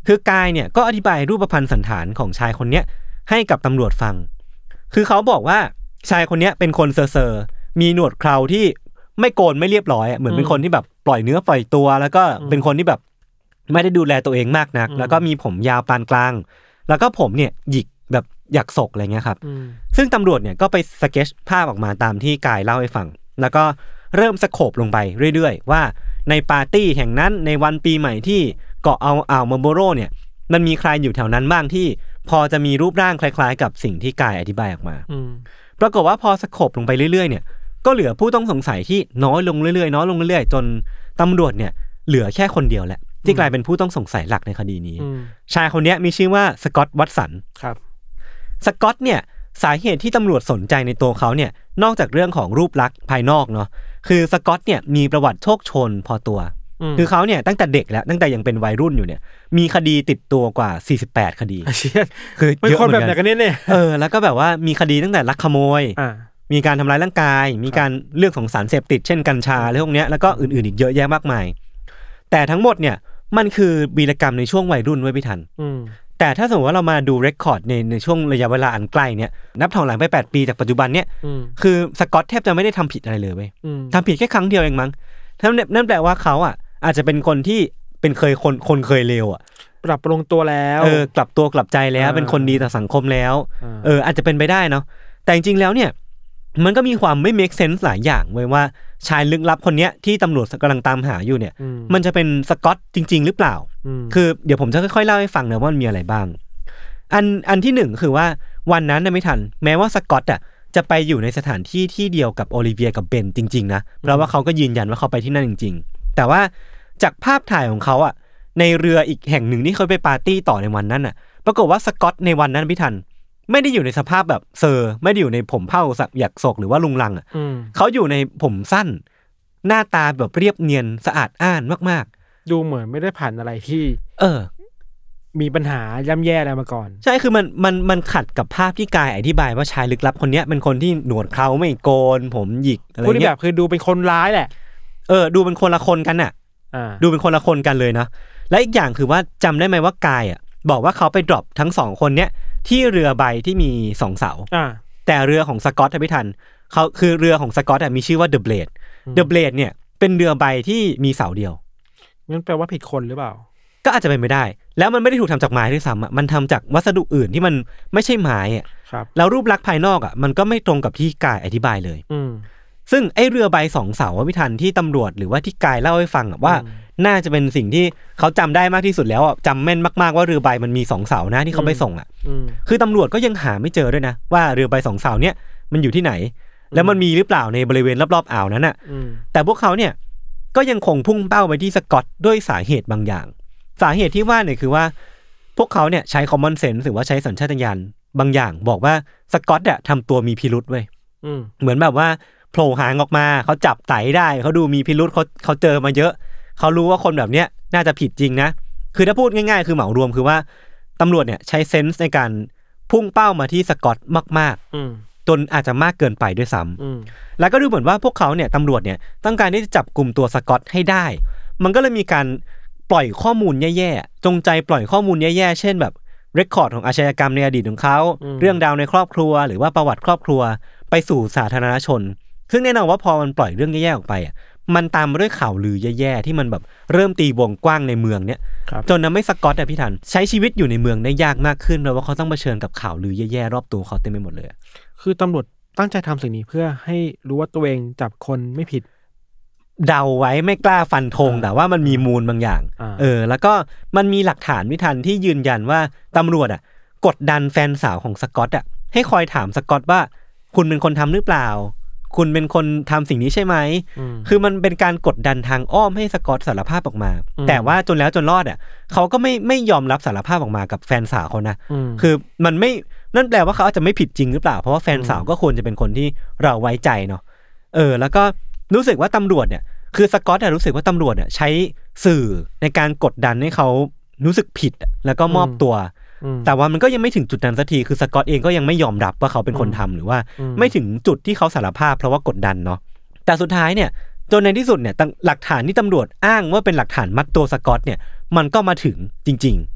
คือกายเนี่ยก็อธิบายรูปพรรณสันฐานของชายคนเนี้ยให้กับตำรวจฟังคือเขาบอกว่าชายคนเนี้ยเป็นคนเซอร์มีหนวดเคราที่ไม่โกนไม่เรียบร้อยเหมือนเป็นคนที่แบบปล่อยเนื้อปล่อยตัวแล้วก็เป็นคนที่แบบไม่ได้ดูแลตัวเองมากนักแล้วก็มีผมยาวปานกลางแล้วก็ผมเนี่ยหยิกแบบหยักศกอะไรเงี้ยครับซึ่งตำรวจเนี่ยก็ไปสเก็ตภาพออกมาตามที่กายเล่าให้ฟังแล้วก็เริ่มสโคปลงไปเรื่อยๆว่าในปาร์ตี้แห่งนั้นในวันปีใหม่ที่เกาะอ่าวมาโบโรเนี่ยมันมีใครอยู่แถวนั้นบ้างที่พอจะมีรูปร่างคล้ายๆกับสิ่งที่กายอธิบายออกมาปรากฏว่าพอสโคปลงไปเรื่อยๆเนี่ยก็เหลือผู้ต้องสงสัยที่น้อยลงเรื่อยๆน้อยลงเรื่อยๆจนตำรวจเนี่ยเหลือแค่คนเดียวแหละที่กลายเป็นผู้ต้องสงสัยหลักในคดีนี้ชายคนนี้มีชื่อว่าสกอตต์วัตสันครับสกอตเนี่ยสาเหตุที่ตำรวจสนใจในตัวเขาเนี่ยนอกจากเรื่องของรูปลักษณ์ภายนอกเนาะคือสกอตเนี่ยมีประวัติโชคโชนพอตัวคือเขาเนี่ยตั้งแต่เด็กแล้วตั้งแต่ยังเป็นวัยรุ่นอยู่เนี่ยมีคดีติดตัวกว่า48คดีคือเยอะเหมือนกันเป็นคนแบบไหนกันเนี่ยแล้วก็แบบว่ามีคดีตั้งแต่ลักขโมยมีการทำร้ายร่างกายมีการเรื่องของสารเสพติดเช่นกัญชาอะไรพวกนี้แล้วก็อื่นๆอีกเยอะแยะมากมายแต่ทั้งหมดเนี่ยมันคือวีรกรรมในช่วงวัยรุ่นไว้พี่ทันแต่ถ้าสมมติว่าเรามาดูเรคคอร์ดในช่วงระยะเวลาอันใกล้เนี่ยนับถอยหลังไป8ปีจากปัจจุบันเนี่ยคือสกอตแทบจะไม่ได้ทำผิดอะไรเลยเว้ยทำผิดแค่ครั้งเดียวเองมั้งนั่นแปลว่าเขาอ่ะอาจจะเป็นคนที่เป็นคนเคยเลวอ่ะปรับปรุงตัวแล้วกลับตัวกลับใจแล้วเป็นคนดีต่อสังคมแล้วอาจจะเป็นไปได้เนาะแต่จริงๆแล้วเนี่ยมันก็มีความไม่ make sense หลายอย่างเว้ยว่าชายลึกลับคนเนี้ยที่ตำรวจกำลังตามหาอยู่เนี่ยมันจะเป็นสกอตจริงๆหรือเปล่าคือเดี๋ยวผมจะค่อยๆเล่าให้ฟังนะว่ามันมีอะไรบ้างอันที่หนึ่งคือว่าวันนั้นน่ะไม่ทันแม้ว่าสกอตอ่ะจะไปอยู่ในสถานที่ที่เดียวกับโอลิเวียกับเบนจริงๆนะเพราะว่าเขาก็ยืนยันว่าเขาไปที่นั่นจริงๆแต่ว่าจากภาพถ่ายของเขาอ่ะในเรืออีกแห่งหนึ่งที่เขาไปปาร์ตี้ต่อในวันนั้นอ่ะปรากฏว่าสกอตในวันนั้นไม่ทันไม่ได้อยู่ในสภาพแบบเซอร์ไม่ได้อยู่ในผมเผ้าสักหยักศกหรือว่าลุงลังอ่ะเขาอยู่ในผมสั้นหน้าตาแบบเรียบเนียนสะอาดอ้านมากๆดูเหมือนไม่ได้ผ่านอะไรที่มีปัญหาย่ำแย่อะไรมาก่อนใช่คือมันขัดกับภาพที่กายอธิบายว่าชายลึกลับคนนี้เป็นคนที่หนวดเคราไม่โกนผมหยิกอะไรเงี้ยพูดแบบคือดูเป็นคนร้ายแหละดูเป็นคนละคนกันน่ะดูเป็นคนละคนกันเลยนะและอีกอย่างคือว่าจำได้ไหมว่ากายอ่ะบอกว่าเขาไปดรอปทั้ง2คนเนี้ยที่เรือใบที่มี2เสาแต่เรือของสกอตไม่ทันเขาคือเรือของสกอตมีชื่อว่า The Blade เนี่ยเป็นเรือใบที่มีเสาเดียวงั้นแปลว่าผิดคนหรือเปล่าก็อาจจะเป็นไม่ได้แล้วมันไม่ได้ถูกทำจากไม้ด้วยซ้ำมันทำจากวัสดุอื่นที่มันไม่ใช่ไม้อ่ะแล้วรูปลักษณ์ภายนอกอ่ะมันก็ไม่ตรงกับที่กายอธิบายเลยซึ่งไอ้เรือใบ2เสาพิทันที่ตำรวจหรือว่าที่กายเล่าให้ฟังว่าน่าจะเป็นสิ่งที่เขาจำได้มากที่สุดแล้วจำแม่นมากๆว่าเรือใบมันมี2เสานะที่เขาไปส่งคือตำรวจก็ยังหาไม่เจอด้วยนะว่าเรือใบ2เสาเนี่ยมันอยู่ที่ไหนแล้วมันมีหรือเปล่าในบริเวณรอบๆอ่าวนั้นน่ะแต่พวกเขาเนี่ยก็ยังคงพุ่งเป้าไปที่สกอตด้วยสาเหตุบางอย่างสาเหตุที่ว่าเนี่ยคือว่าพวกเขาเนี่ยใช้ common sense หรือว่าใช้สัญชาตญาณบางอย่างบอกว่าสกอตทำตัวมีพิรุธเว้ยเหมือนแบบว่าโผล่หางออกมาเขาจับไต่ได้เขาดูมีพิรุธเขาเจอมาเยอะเขารู้ว่าคนแบบเนี้ยน่าจะผิดจริงนะคือถ้าพูดง่ายๆคือเหมารวมคือว่าตำรวจเนี่ยใช้เซนส์ในการพุ่งเป้ามาที่สกอตมากๆจนอาจจะมากเกินไปด้วยซ้ำแล้วก็ดูเหมือนว่าพวกเขาเนี่ยตำรวจเนี่ยต้องการที่จะจับกลุ่มตัวสกอตให้ได้มันก็เลยมีการปล่อยข้อมูลแย่ๆจงใจปล่อยข้อมูลแย่ๆเช่นแบบเรคคอร์ดของอาชญากรรมในอดีตของเขาเรื่องราวในครอบครัวหรือว่าประวัติครอบครัวไปสู่สาธารณชนซึ่งแน่นอนว่าพอมันปล่อยเรื่องแย่ๆออกไปมันตามมาด้วยข่าวลือแย่ๆที่มันแบบเริ่มตีวงกว้างในเมืองเนี้ยจนทำให้สกอตพี่ทันใช้ชีวิตอยู่ในเมืองได้ยากมากขึ้นเพราะว่าเขาต้องเผชิญกับข่าวลือแย่ๆรอบตัวเขาเต็มไปหมดเลยคือตำรวจตั้งใจทำสิ่งนี้เพื่อให้รู้ว่าตัวเองจับคนไม่ผิดเดาไว้ไม่กล้าฟันธงแต่ว่ามันมีมูลบางอย่างแล้วก็มันมีหลักฐานวิทันที่ยืนยันว่าตำรวจกดดันแฟนสาวของสกอตให้คอยถามสกอตว่าคุณเป็นคนทำหรือเปล่าคุณเป็นคนทำสิ่งนี้ใช่ไหมคือมันเป็นการกดดันทางอ้อมให้สกอตสารภาพออกมาแต่ว่าจนแล้วจนรอดเขาก็ไม่ยอมรับสารภาพออกมากับแฟนสาวเขานะคือมันไม่นั่นแปลว่าเขาอาจจะไม่ผิดจริงหรือเปล่าเพราะว่าแฟนสาวก็ควรจะเป็นคนที่เราไว้ใจเนาะแล้วก็รู้สึกว่าตำรวจเนี่ยคือสกอตรู้สึกว่าตำรวจใช้สื่อในการกดดันให้เขารู้สึกผิดแล้วก็มอบตัวแต่ว่ามันก็ยังไม่ถึงจุดนั้นสักทีคือสกอตเองก็ยังไม่ยอมรับว่าเขาเป็นคนทำหรือว่าไม่ถึงจุดที่เขาสารภาพเพราะว่ากดดันเนาะแต่สุดท้ายเนี่ยจนในที่สุดเนี่ยหลักฐานที่ตำรวจอ้างว่าเป็นหลักฐานมัดตัวสกอตเนี่ยมันก็มาถึงจริง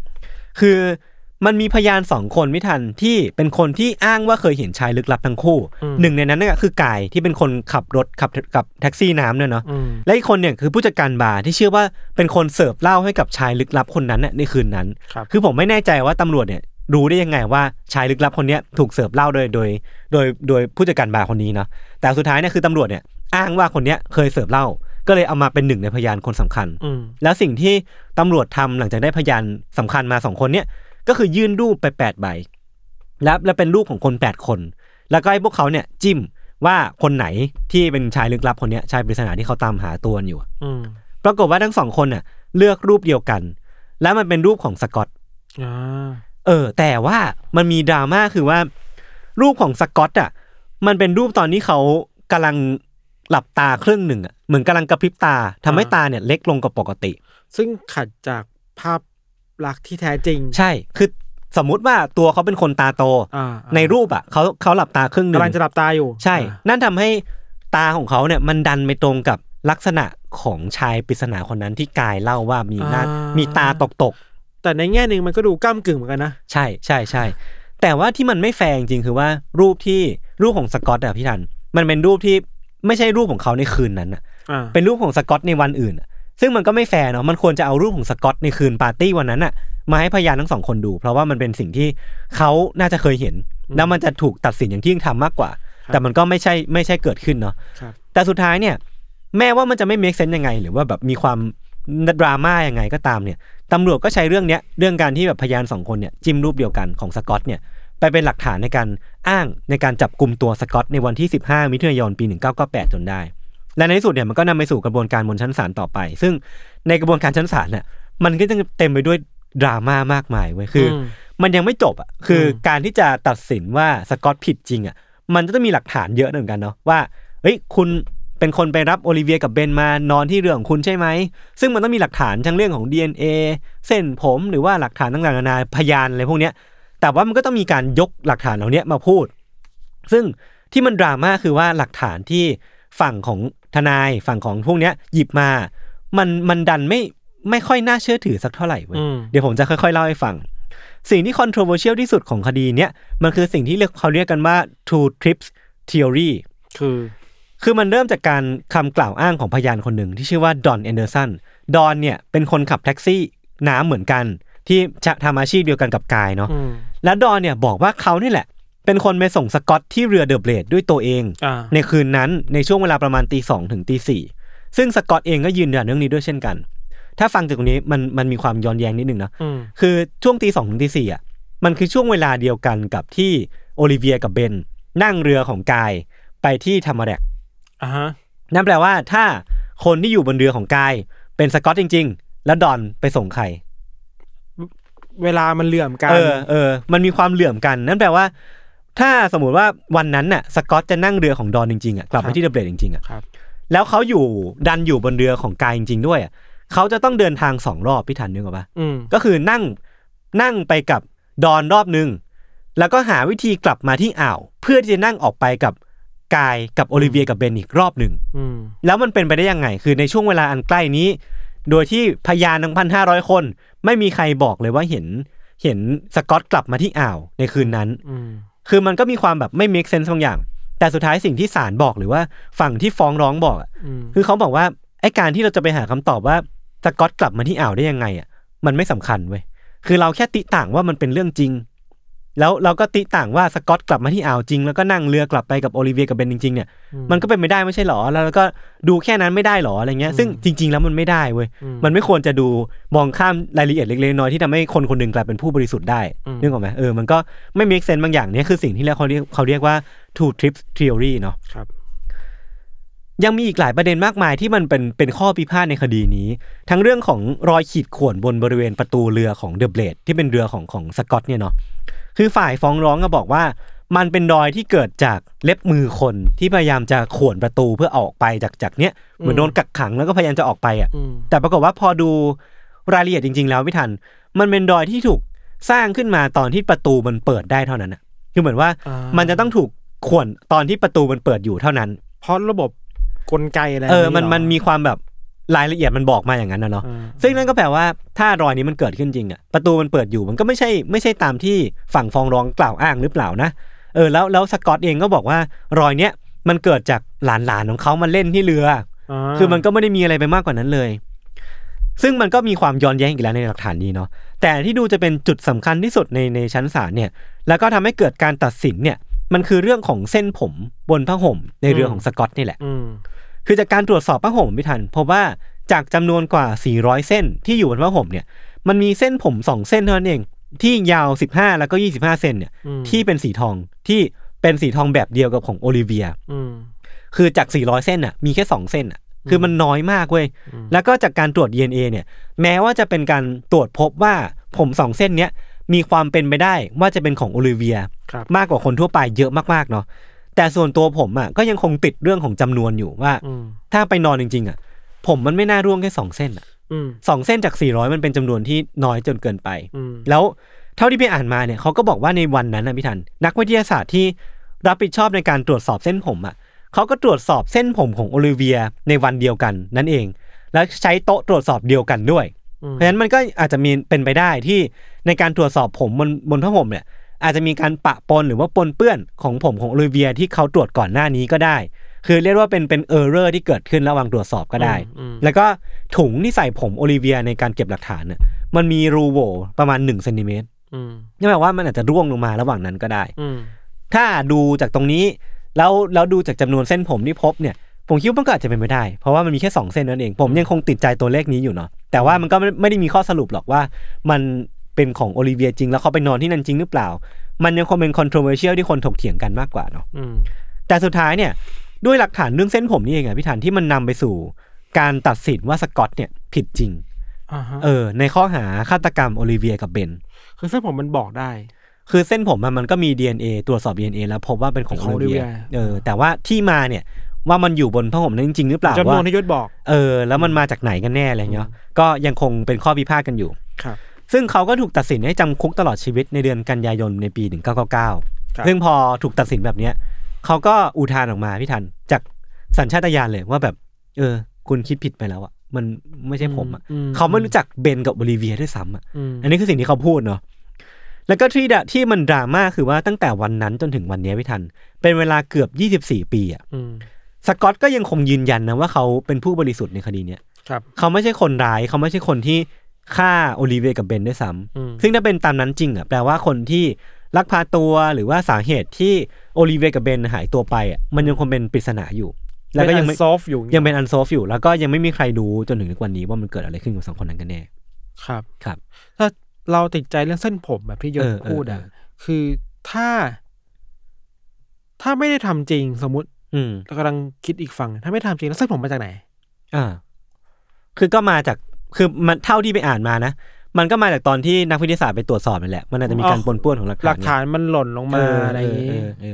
คือมันมีพยาน2คนไม่ทันที่เป็นคนที่อ้างว่าเคยเห็นชายลึกลับทั้งคู่หนึ่งในนั้นก็คือกายที่เป็นคนขับรถขับกับแท็กซี่น้ำเนี่ยเนาะและอีกคนเนี่ยคือผู้จัดการบาร์ที่เชื่อว่าเป็นคนเสิร์ฟเหล้าให้กับชายลึกลับคนนั้นในคืนนั้นคือผมไม่แน่ใจว่าตำรวจเนี่ยรู้ได้ยังไงว่าชายลึกลับคนนี้ถูกเสิร์ฟเหล้าโดยผู้จัดการบาร์คนนี้เนาะแต่สุดท้ายเนี่ยคือตำรวจเนี่ยอ้างว่าคนนี้เคยเสิร์ฟเหล้าก็เลยเอามาเป็นหนึ่งในพยานคนสำคัญแล้วสิ่งที่ตำรวจทำหลังจากได้พยานสำคัญมา2คนเนี่ยก็คือยื่นรูปไป8ใบแล้วเป็นรูปของคน8คนแล้วก็ให้พวกเขาเนี่ยจิ้มว่าคนไหนที่เป็นชายลึกลับคนนี้ชายปริศนาที่เขาตามหาตัวอยู่ปรากฏว่าทั้ง2คนน่ะเลือกรูปเดียวกันแล้วมันเป็นรูปของสกอตแต่ว่ามันมีดราม่าคือว่ารูปของสกอตอ่ะมันเป็นรูปตอนที่เขากำลังหลับตาครึ่งหนึ่งอ่ะเหมือนกำลังกระพริบตาทำให้ตาเนี่ยเล็กลงกว่าปกติซึ่งขัดจากภาพลักษณ์ที่แท้จริงใช่คือสมมุติว่าตัวเขาเป็นคนตาโตในรูปอ่ะเขาหลับตาครึ่งนึงกำลังจะหลับตาอยู่ใช่นั่นทำให้ตาของเขาเนี่ยมันดันไปตรงกับลักษณะของชายปริศนาคนนั้นที่กายเล่าว่ามีตาตกแต่ในแง่นึงมันก็ดูก้ำกึ่งเหมือนกันนะใช่แต่ว่าที่มันไม่แฟร์จริงๆคือว่ารูปของสกอตอ่ะพี่ทันมันเป็นรูปที่ไม่ใช่รูปของเขาในคืนนั้นอ่ะเป็นรูปของสกอตในวันอื่นซึ่งมันก็ไม่แฟร์เนาะมันควรจะเอารูปของสกอตในคืนปาร์ตี้วันนั้นน่ะมาให้พยานทั้ง2คนดูเพราะว่ามันเป็นสิ่งที่เขาน่าจะเคยเห็นแล้วมันจะถูกตัดสินอย่างที่ทำมากกว่าแต่มันก็ไม่ใช่เกิดขึ้นเนาะแต่สุดท้ายเนี่ยแม้ว่ามันจะไม่เมคเซนส์ยังไงหรือว่าแบบมีความดราม่ายังไงก็ตามเนี่ยตำรวจก็ใช้เรื่องการที่แบบพยาน2คนเนี่ยจิ้มรูปเดียวกันของสกอตเนี่ยไปเป็นหลักฐานในการอ้างในการจับกุมตัวสกอตในวันที่15มิถุนายนปี1998จนได้และในที่สุดเนี่ยมันก็นำไปสู่กระบวนการบนชั้นศาลต่อไปซึ่งในกระบวนการชั้นศาลเนี่ยมันก็จะเต็มไปด้วยดราม่ามากมายเว้ยคือมันยังไม่จบอ่ะคือการที่จะตัดสินว่าสกอตผิดจริงอ่ะมันจะต้องมีหลักฐานเยอะเหมือนกันเนาะว่าเฮ้ยคุณเป็นคนไปรับโอลิเวียกับเบนมานอนที่เรือของคุณใช่ไหมซึ่งมันต้องมีหลักฐานทั้งเรื่องของ DNA เส้นผมหรือว่าหลักฐานต่างๆนานาพยานอะไรพวกเนี้ยแต่ว่ามันก็ต้องมีการยกหลักฐานเหล่านี้มาพูดซึ่งที่มันดราม่าคือว่าหลักฐานที่ฝั่งของทนายฝั่งของพวกเนี้ยหยิบมามันดันไม่ค่อยน่าเชื่อถือสักเท่าไหร่เว้ยเดี๋ยวผมจะค่อยๆเล่าให้ฟังสิ่งที่ controversial ที่สุดของคดีเนี้ยมันคือสิ่งที่เขาเรียกกันว่า two trips theory คือมันเริ่มจากการคำกล่าวอ้างของพยานคนหนึ่งที่ชื่อว่าดอนแอนเดอร์สันดอนเนี่ยเป็นคนขับแท็กซี่น้ำเหมือนกันที่ทำอาชีพเดียวกันกับกายเนาะแล้วดอนเนี่ยบอกว่าเขานี่แหละเป็นคนไปส่งสกอตที่เรือเดอะเบลดด้วยตัวเองในคืนนั้นในช่วงเวลาประมาณ 2:00 ถึง 4:00 ซึ่งสกอตเองก็ยืนยันเรื่องนี้ด้วยเช่นกันถ้าฟังจากตรงนี้มันมีความย้อนแย้งนิดนึงนะคือช่วง 2:00 ถึง 4:00 อ่ะมันคือช่วงเวลาเดียวกันกับที่โอลิเวียกับเบนนั่งเรือของกายไปที่ทามาแรกนั่นแปลว่าถ้าคนที่อยู่บนเรือของกายเป็นสกอตจริงๆแล้วดอนไปส่งใครเวลามันเหลื่อมกันมันมีความเหลื่อมกันนั่นแปลว่าถ้าสมมุติว่าวันนั้นน่ะสกอตจะนั่งเรือของดอนจริงๆอ่ะกลับไปที่เดอะเบลดจริงๆอ่ะแล้วเขาดันอยู่บนเรือของกายจริงๆด้วยอ่ะเขาจะต้องเดินทาง2รอบพี่ทันนึกออกป่ะก็คือนั่งไปกับดอนรอบนึงแล้วก็หาวิธีกลับมาที่อ่าวเพื่อที่จะนั่งออกไปกับกายกับโอลิเวียกับเบนอีกรอบนึงแล้วมันเป็นไปได้ยังไงคือในช่วงเวลาอันใกล้นี้โดยที่พยานทั้ง 1,500 คนไม่มีใครบอกเลยว่าเห็นสกอตกลับมาที่อ่าวในคืนนั้นคือมันก็มีความแบบไม่ make sense บางอย่างแต่สุดท้ายสิ่งที่ศาลบอกหรือว่าฝั่งที่ฟ้องร้องบอกคือเขาบอกว่าไอ้การที่เราจะไปหาคำตอบว่าสกอตกลับมาที่อ่าวได้ยังไงอ่ะมันไม่สำคัญเว้ยคือเราแค่ติต่างว่ามันเป็นเรื่องจริงแล้วเราก็ติต่างว่าสกอตกลับมาที่อ่าวจริงแล้วก็นั่งเรือกลับไปกับโอลิเวียกับเบนจริงๆเนี่ยมันก็เป็นไม่ได้ไม่ใช่หรอแล้วก็ดูแค่นั้นไม่ได้หรออะไรเงี้ยซึ่งจริงๆแล้วมันไม่ได้เว้ยมันไม่ควรจะดูมองข้ามรายละเอียดเล็กๆน้อยๆที่ทำให้คนคนนึงกลายเป็นผู้บริสุทธิ์ได้นึกออกไหมมันก็ไม่ make sense บางอย่างเนี่ยคือสิ่งที่เขาเรียกว่า two trips theory เนาะครับยังมีอีกหลายประเด็นมากมายที่มันเป็นข้อพิพาทในคดีนี้ทั้งเรื่องของรอยขีดข่วนบนบริเวณประตูเรือของเดอะเบลดที่เป็นเรือของสกอตเนี่ยเนาะคือฝ่ายฟ้องร้องก็บอกว่ามันเป็นรอยที่เกิดจากเล็บมือคนที่พยายามจะข่วนประตูเพื่อออกไปจากเนี้ยเหมือนโดนกักขังแล้วก็พยายามจะออกไปอ่ะแต่ปรากฏว่าพอดูรายละเอียดจริงๆแล้วไม่ทันมันเป็นรอยที่ถูกสร้างขึ้นมาตอนที่ประตูมันเปิดได้เท่านั้นอ่ะคือเหมือนว่ามันจะต้องถูกข่วนตอนที่ประตูมันเปิดอยู่เท่านั้นเพราะระบบกลไกอะไรมันมีความแบบรายละเอียดมันบอกมาอย่างนั้นนะเนาะซึ่งนั่นก็แปลว่าถ้ารอยนี้มันเกิดขึ้นจริงอ่ะประตูมันเปิดอยู่มันก็ไม่ใช่ตามที่ฝั่งฟ้องร้องกล่าวอ้างหรือเปล่านะแล้วสกอตเองก็บอกว่ารอยเนี้ยมันเกิดจากหลานๆของเขามาเล่นที่เรือคือมันก็ไม่ได้มีอะไรไปมากกว่านั้นเลยซึ่งมันก็มีความย้อนแย้งอีกแล้วในหลักฐานนี้เนาะแต่ที่ดูจะเป็นจุดสำคัญที่สุดในชั้นศาลเนี่ยแล้วก็ทำให้เกิดการตัดสินเนี่ยมันคือเรื่องของเส้นผมบนผ้าห่มในเรือของสกอตนี่แหละคือจากการตรวจสอบผ้าห่มพี่ทันพบว่าจากจำนวนกว่า400เส้นที่อยู่บนผ้าห่มเนี่ยมันมีเส้นผม2เส้นเท่านั้นเองที่ยาว15แล้วก็25เซนเนี่ยที่เป็นสีทองที่เป็นสีทองแบบเดียวกับของโอลิเวียคือจาก400เส้นน่ะมีแค่2เส้นน่ะคือมันน้อยมากเว้ยแล้วก็จากการตรวจ DNA เนี่ยแม้ว่าจะเป็นการตรวจพบว่าผม2เส้นเนี้ยมีความเป็นไปได้ว่าจะเป็นของโอลิเวียมากกว่าคนทั่วไปเยอะมากๆเนาะแต่ส่วนตัวผมอ่ะก็ยังคงติดเรื่องของจำนวนอยู่ว่าถ้าไปนอนจริงๆอ่ะผมมันไม่น่าร่วงแค่2เส้นอ่ะ2เส้นจาก400มันเป็นจำนวนที่น้อยจนเกินไปแล้วเท่าที่ไปอ่านมาเนี่ยเขาก็บอกว่าในวันนั้นนะพี่ทันนักวิทยาศาสตร์ที่รับผิดชอบในการตรวจสอบเส้นผมอ่ะเขาก็ตรวจสอบเส้นผมของโอลิเวียในวันเดียวกันนั่นเองแล้วใช้โต๊ะตรวจสอบเดียวกันด้วยเพราะฉะนั้นมันก็อาจจะมีเป็นไปได้ที่ในการตรวจสอบผมบนผ้าห่มเนี่ยอาจจะมีการปะปนหรือว่าปนเปื้อนของผมของโอลิเวียที่เขาตรวจก่อนหน้านี้ก็ได้คือเรียกว่าเป็นเออร์เรอร์ที่เกิดขึ้นระหว่างตรวจสอบก็ได้แล้วก็ถุงที่ใส่ผมโอลิเวียในการเก็บหลักฐานเนี่ยมันมีรูโหว่ประมาณ1 เซนติเมตรนั่นหมายว่ามันอาจจะร่วงลงมาระหว่างนั้นก็ได้ถ้าดูจากตรงนี้แล้วดูจากจำนวนเส้นผมที่พบเนี่ยผมคิดว่ามันก็อาจจะเป็นไปได้เพราะว่ามันมีแค่2เส้นนั่นเองผมยังคงติดใจตัวเลขนี้อยู่เนาะแต่ว่ามันก็ไม่ได้มีข้อสรุปหรอกว่ามันเป็นของโอลิเวียจริงแล้วเขาไปนอนที่นั่นจริงหรือเปล่ามันยังคงเป็น controversial ที่คนถกเถียงกันมากกว่าเนาะแต่สุดท้ายเนี่ยด้วยหลักฐานเรื่องเส้นผมนี่เองพี่ฐานที่มันนำไปสู่การตัดสินว่าสกอตเนี่ยผิดจริงในข้อหาฆาตกรรมโอลิเวียกับเบนคือเส้นผมมันบอกได้คือเส้นผมมันก็มี DNA ตรวจสอบ DNA แล้วพบว่าเป็นของโอลิเวียแต่ว่าที่มาเนี่ยว่ามันอยู่บนผ้าห่มนั้นจริงๆหรือเปล่าจำนวนที่ยศบอกแล้วมันมาจากไหนกันแน่อะไรเงี้ยก็ยังคงเป็นข้อพิพาทกันอยู่ครับซึ่งเขาก็ถูกตัดสินให้จำคุกตลอดชีวิตในเดือนกันยายนในปี1999ซึ่งพอถูกตัดสินแบบนี้เขาก็อุทานออกมาพี่ทันจากสัญชาตญาณเลยว่าแบบคุณคิดผิดไปแล้วอ่ะมันไม่ใช่ผมอ่ะเขาไม่รู้จักเบนกับโอลิเวียด้วยซ้ำอ่ะอันนี้คือสิ่งที่เขาพูดเนาะแล้วก็ที่มันดราม่าคือว่าตั้งแต่วันนั้นจนถึงวันนี้พี่ทันเป็นเวลาเกือบ24ปีอ่ะสกอตก็ยังคงยืนยันนะว่าเขาเป็นผู้บริสุทธิ์ในคดีเนี้ยเขาไม่ใช่คนร้ายเขาไม่ใช่คนที่ฆ่าโอลิเวียกับเบนด้วยซ้ำซึ่งถ้าเป็นตามนั้นจริงอ่ะแปลว่าคนที่ลักพาตัวหรือว่าสาเหตุที่โอลิเวียกับเบนหายตัวไปอ่ะมันยังคงเป็นปริศนาอยู่แล้วก็ยังไม่ยังเป็นอันโซฟอยู่แล้วก็ยังไม่มีใครรู้จนถึงทุกวันนี้ว่ามันเกิดอะไรขึ้นกับ2 คนนั้นกันแน่ครับครับถ้าเราติดใจเรื่องเส้นผมแบบที่ยศพูดอ่ะคือถ้าไม่ได้ทำจริงสมมุติเรากำลังคิดอีกฝั่งถ้าไม่ทำจริงแล้วเส้นผมมาจากไหนคือก็มาจากคือมันเท่าที่ไปอ่านมานะมันก็มาจากตอนที่นักวิทยาศาสตร์ไปตรวจสอบนั่นแหละมันอาจจะมีการปนเปื้อนของหลักฐานมันหล่นลงมาอะไรอย่างนี้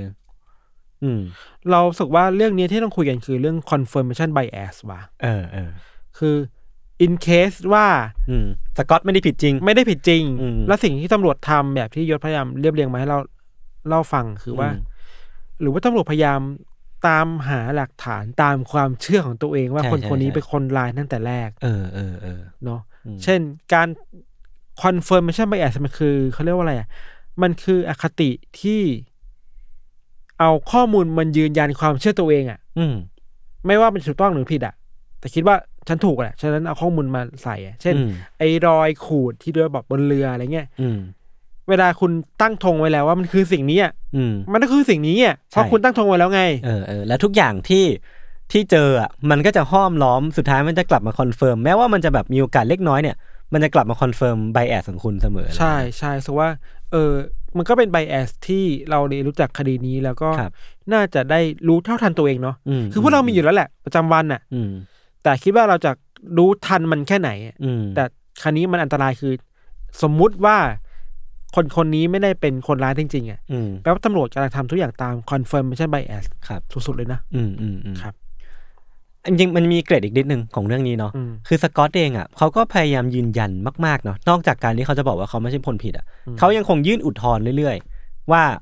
เราสึกว่าเรื่องนี้ที่ต้องคุยกันคือเรื่อง confirmation bias ว่ะคือ in case ว่าสกอตไม่ได้ผิดจริงแล้วสิ่งที่ตำรวจทำแบบที่ยศพยายามเรียบเรียงมาให้เราเล่าฟังคือว่าหรือว่าตำรวจพยายามตามหาหลักฐานตามความเชื่อของตัวเองว่าคนนี้เป็นคนร้ายตั้งแต่แรกเนาะเช่นการ confirmation bias มันคือเขาเรียกว่าอะไรอ่ะมันคืออคติที่เอาข้อมูลมันยืนยันความเชื่อตัวเองอ่ะไม่ว่ามันถูกต้องหรือผิดอ่ะแต่คิดว่าฉันถูกแหละฉะนั้นเอาข้อมูลมาใส่อ่ะเช่นไอ้รอยขูดที่เรือบอกบนเรืออะไรเงี้ยเวลาคุณตั้งธงไว้แล้วว่ามันคือสิ่งนี้อ่ะมันก็คือสิ่งนี้อ่ะเพราะคุณตั้งธงไว้แล้วไงแล้วทุกอย่างที่เจออ่ะมันก็จะห้อมล้อมสุดท้ายมันจะกลับมาคอนเฟิร์มแม้ว่ามันจะแบบมีโอกาสเล็กน้อยเนี่ยมันจะกลับมาคอนเฟิร์มไบแอสของคุณเสมอใช่ๆเพราะว่ามันก็เป็นไบแอสที่เราได้รู้จักคดีนี้แล้วก็น่าจะได้รู้เท่าทันตัวเองเนาะคือพวกเรามีอยู่แล้วแหละประจำวันน่ะแต่คิดว่าเราจะรู้ทันมันแค่ไหนแต่คราวนี้มันอันตรายคือสมมุติว่าคนนี้ไม่ได้เป็นคนร้ายจริงๆอ่ะแปลว่าตำรวจกำลังทำทุกอย่างตาม confirmation bias สุดๆเลยนะครับจริงๆมันมีเกรดอีกนิดนึงของเรื่องนี้เนาะคือสกอตเองอ่ะเขาก็พยายามยืนยันมากๆเนาะนอกจากการที่เขาจะบอกว่าเขาไม่ใช่คนผิดอ่ะเขายังคงยื่นอุทธรณ์เรื่อยๆว่า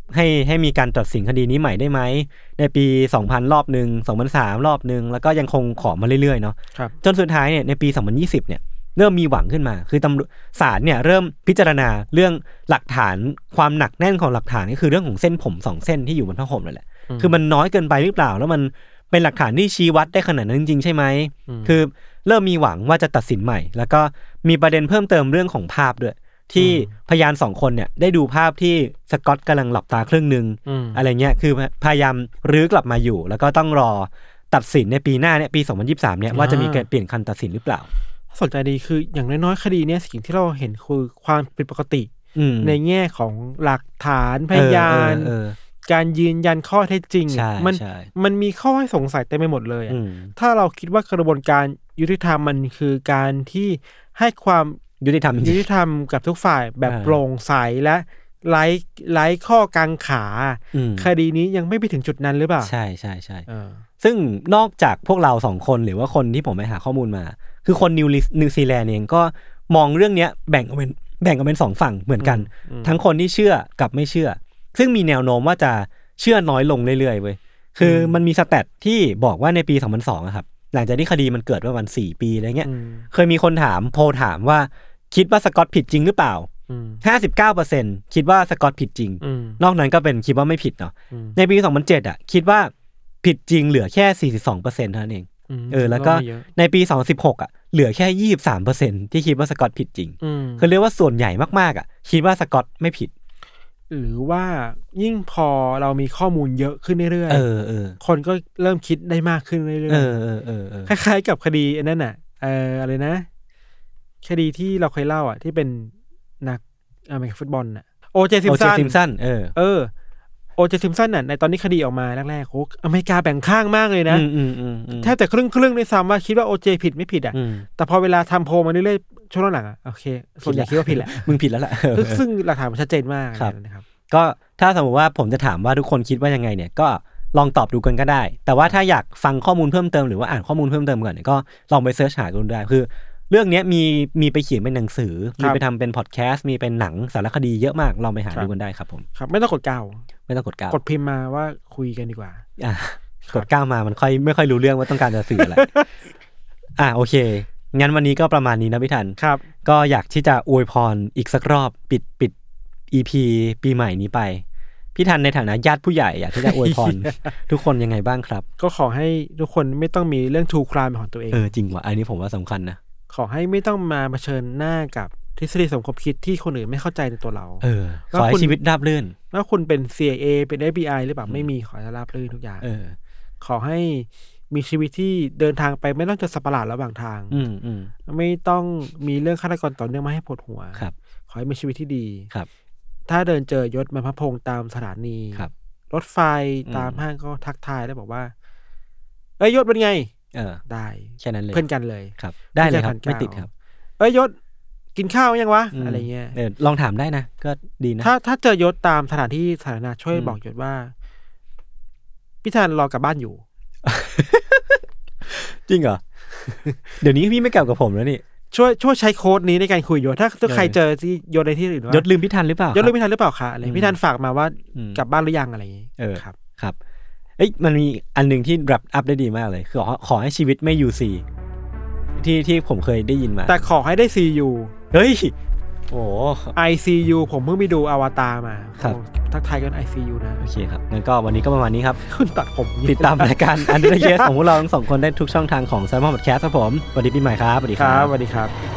ให้มีการตัดสินคดีนี้ใหม่ได้ไหมในปี2000รอบนึง2003รอบนึงแล้วก็ยังคงขอมาเรื่อยๆเนาะจนสุดท้ายเนี่ยในปี2020เนี่ยเริ่มมีหวังขึ้นมาคือตำรวจศาลเนี่ยเริ่มพิจารณาเรื่องหลักฐานความหนักแน่นของหลักฐานก็คือเรื่องของเส้นผม2เส้นที่อยู่บนผ้าห่มนั่นแหละคือมันน้อยเกินไปหรือเปล่าแล้วมันเป็นหลักฐานที่ชี้วัดได้ขนาดนั้นจริงๆใช่ไหมคือเริ่มมีหวังว่าจะตัดสินใหม่แล้วก็มีประเด็นเพิ่มเติมเรื่องของภาพด้วยที่พยาน2คนเนี่ยได้ดูภาพที่สกอตกำลังหลับตาครึ่งนึงอะไรเงี้ยคือพยายามรื้อกลับมาอยู่แล้วก็ต้องรอตัดสินในปีหน้าเนี่ยปี2023เนี่ยว่าจะมีการเปลี่ยนคำตัดสินหรือเปล่าสนใจดีคืออย่างน้อยๆคดีเนี่ยสิ่งที่เราเห็นคือความผิดปกติในแง่ของหลักฐานพยานการยืนยันข้อเท็จจริงมันมีข้อให้สงสัยเต็มไปหมดเลยถ้าเราคิดว่ากระบวนการยุติธรรมมันคือการที่ให้ความยุติธรรมกับทุกฝ่ายแบบโปร่งใสและไร้ข้อกังขาคดีนี้ยังไม่ไปถึงจุดนั้นหรือเปล่าใช่ใช่ใช่ซึ่งนอกจากพวกเรา2คนหรือว่าคนที่ผมไปหาข้อมูลมาคือคนนิวซีแลนด์เองก็มองเรื่องนี้แบ่งออกเป็น2ฝั่งเหมือนกันทั้งคนที่เชื่อกับไม่เชื่อซึ่งมีแนวโน้มว่าจะเชื่อน้อยลงเรื่อยๆเว้ยคือมันมีสแตทที่บอกว่าในปี2002อะครับหลังจากที่คดีมันเกิดประมาณ4ปีอะไรเงี้ยเคยมีคนโพลถามว่าคิดว่าสกอตผิดจริงหรือเปล่า 59% คิดว่าสกอตผิดจริงนอกนั้นก็เป็นคิดว่าไม่ผิดเนาะในปี2007อ่ะคิดว่าผิดจริงเหลือแค่ 42% เท่านั้นเองแล้วก็ในปี2016อ่ะเหลือแค่ 23% ที่คิดว่าสกอตผิดจริงคือเรียกว่าส่วนใหญ่มากๆอ่ะคิดว่าสกอตไม่ผิดหรือว่ายิ่งพอเรามีข้อมูลเยอะขึ้นเรื่อยๆคนก็เริ่มคิดได้มากขึ้นเรื่อยๆคล้ายๆกับคดีนั่นน่ะอะไรนะคดีที่เราเคยเล่าอ่ะที่เป็นนักอเมริกันฟุตบอลน่ะโอเจซิมสันโอเจซิมสันน่ะในตอนนี้คดีออกมาแรกๆโหอเมริกาแบ่งข้างมากเลยนะแทบแต่ครึ่งๆด้วยซ้ำว่าคิดว่าโอเจผิดไม่ผิดอ่ะแต่พอเวลาทำโพลมาเรื่อยๆช่วงหลังอ่ะโอเคส่วนใหญ่คิดว่าผิดแหละมึงผิดแล้วแหละซึ่งหลักฐานมันชัดเจนมากนะครับก็ถ้าสมมติว่าผมจะถามว่าทุกคนคิดว่ายังไงเนี่ยก็ลองตอบดูกันก็ได้แต่ว่าถ้าอยากฟังข้อมูลเพิ่มเติมหรือว่าอ่านข้อมูลเพิ่มเติมก่อนก็ลองไปเสิร์ชหากันได้คือเรื่องนี้มีไปเขียนเป็นหนังสือมีไปทำเป็นพอดแคสต์มีเป็นหนังสารคดีเยอะมากลองไปหาดูกันได้ครับผมครับไม่ต้องกด9 ไม่ต้องกด9 กดพิมพ์มาว่าคุยกันดีกว่ากด9มามันไม่ค่อยรู้เรื่องว่าต้องการจะสื่ออะไรโอเคงั้นวันนี้ก็ประมาณนี้นะพี่ทันครับก็อยากที่จะอวยพรอีกสักรอบปิด EP ปีใหม่นี้ไปพี่ทันในฐานะญาติผู้ใหญ่อยากที่จะอวยพร ทุกคนยังไงบ้างครับก็ขอให้ทุกคนไม่ต้องมีเรื่องทูครามของตัวเองจริงว่ะอันนี้ผมว่าสำคัญนะขอให้ไม่ต้องมาเผชิญหน้ากับทฤษฎีสมคบคิดที่คนอื่นไม่เข้าใจในตัวเราขอให้ชีวิตราบรื่นว่าคุณเป็น CIA เป็น FBI หรือเปล่าไม่มีขอให้ราบรื่นทุกอย่างขอให้มีชีวิตที่เดินทางไปไม่ต้องเจอสัตว์ประหลาดระหว่างทางไม่ต้องมีเรื่องฆาตกรต่อเนื่องมาให้ปวดหัวขอให้มีชีวิตที่ดีถ้าเดินเจอยศมาพระพงษ์ตามสถานีรถไฟตามห้างก็ทักทายแล้วบอกว่ายศเป็นไงได้แค่นั้นเลยเพื่อนกันเลยครับได้เลยครับไม่ติดครับยศกินข้าวยังวะอะไรเงี้ยลองถามได้นะก็ดีนะถ้าเจอยศตามสถานที่สาธารณะช่วยบอกยศว่าพี่ธันรอกลับบ้านอยู่จริงเหรอ เดี๋ยวนี้พี่ไม่กลับกับผมแล้วนี่ช่วยใช้โค้ดนี้ในการคุยยศถ้าใครเจอที่ยศในที่อื่นว่ายศลืมพี่ธันหรือเปล่ายศลืมพี่ธันหรือเปล่าคะอะไรพี่ธันฝากมาว่ากลับบ้านหรือยังอะไรอย่างงี้ครับมันมีอันนึงที่แรปอัพได้ดีมากเลยคือขอให้ชีวิตไม่UCที่ผมเคยได้ยินมาแต่ขอให้ได้ CU เฮ้ยโอ้ ICU ผมเพิ่งไปดูอวตารมาทักทายกัน ICU นะโอเคครับงั้นก็วันนี้ก็ประมาณนี้ครับคุณตัดผมติดตามรายการ Under the Case ของพวกเราทั้ง2คนได้ทุกช่องทางของ Salmon Podcast ครับผมสวัสดีปีใหม่ครับสวัสดีครับ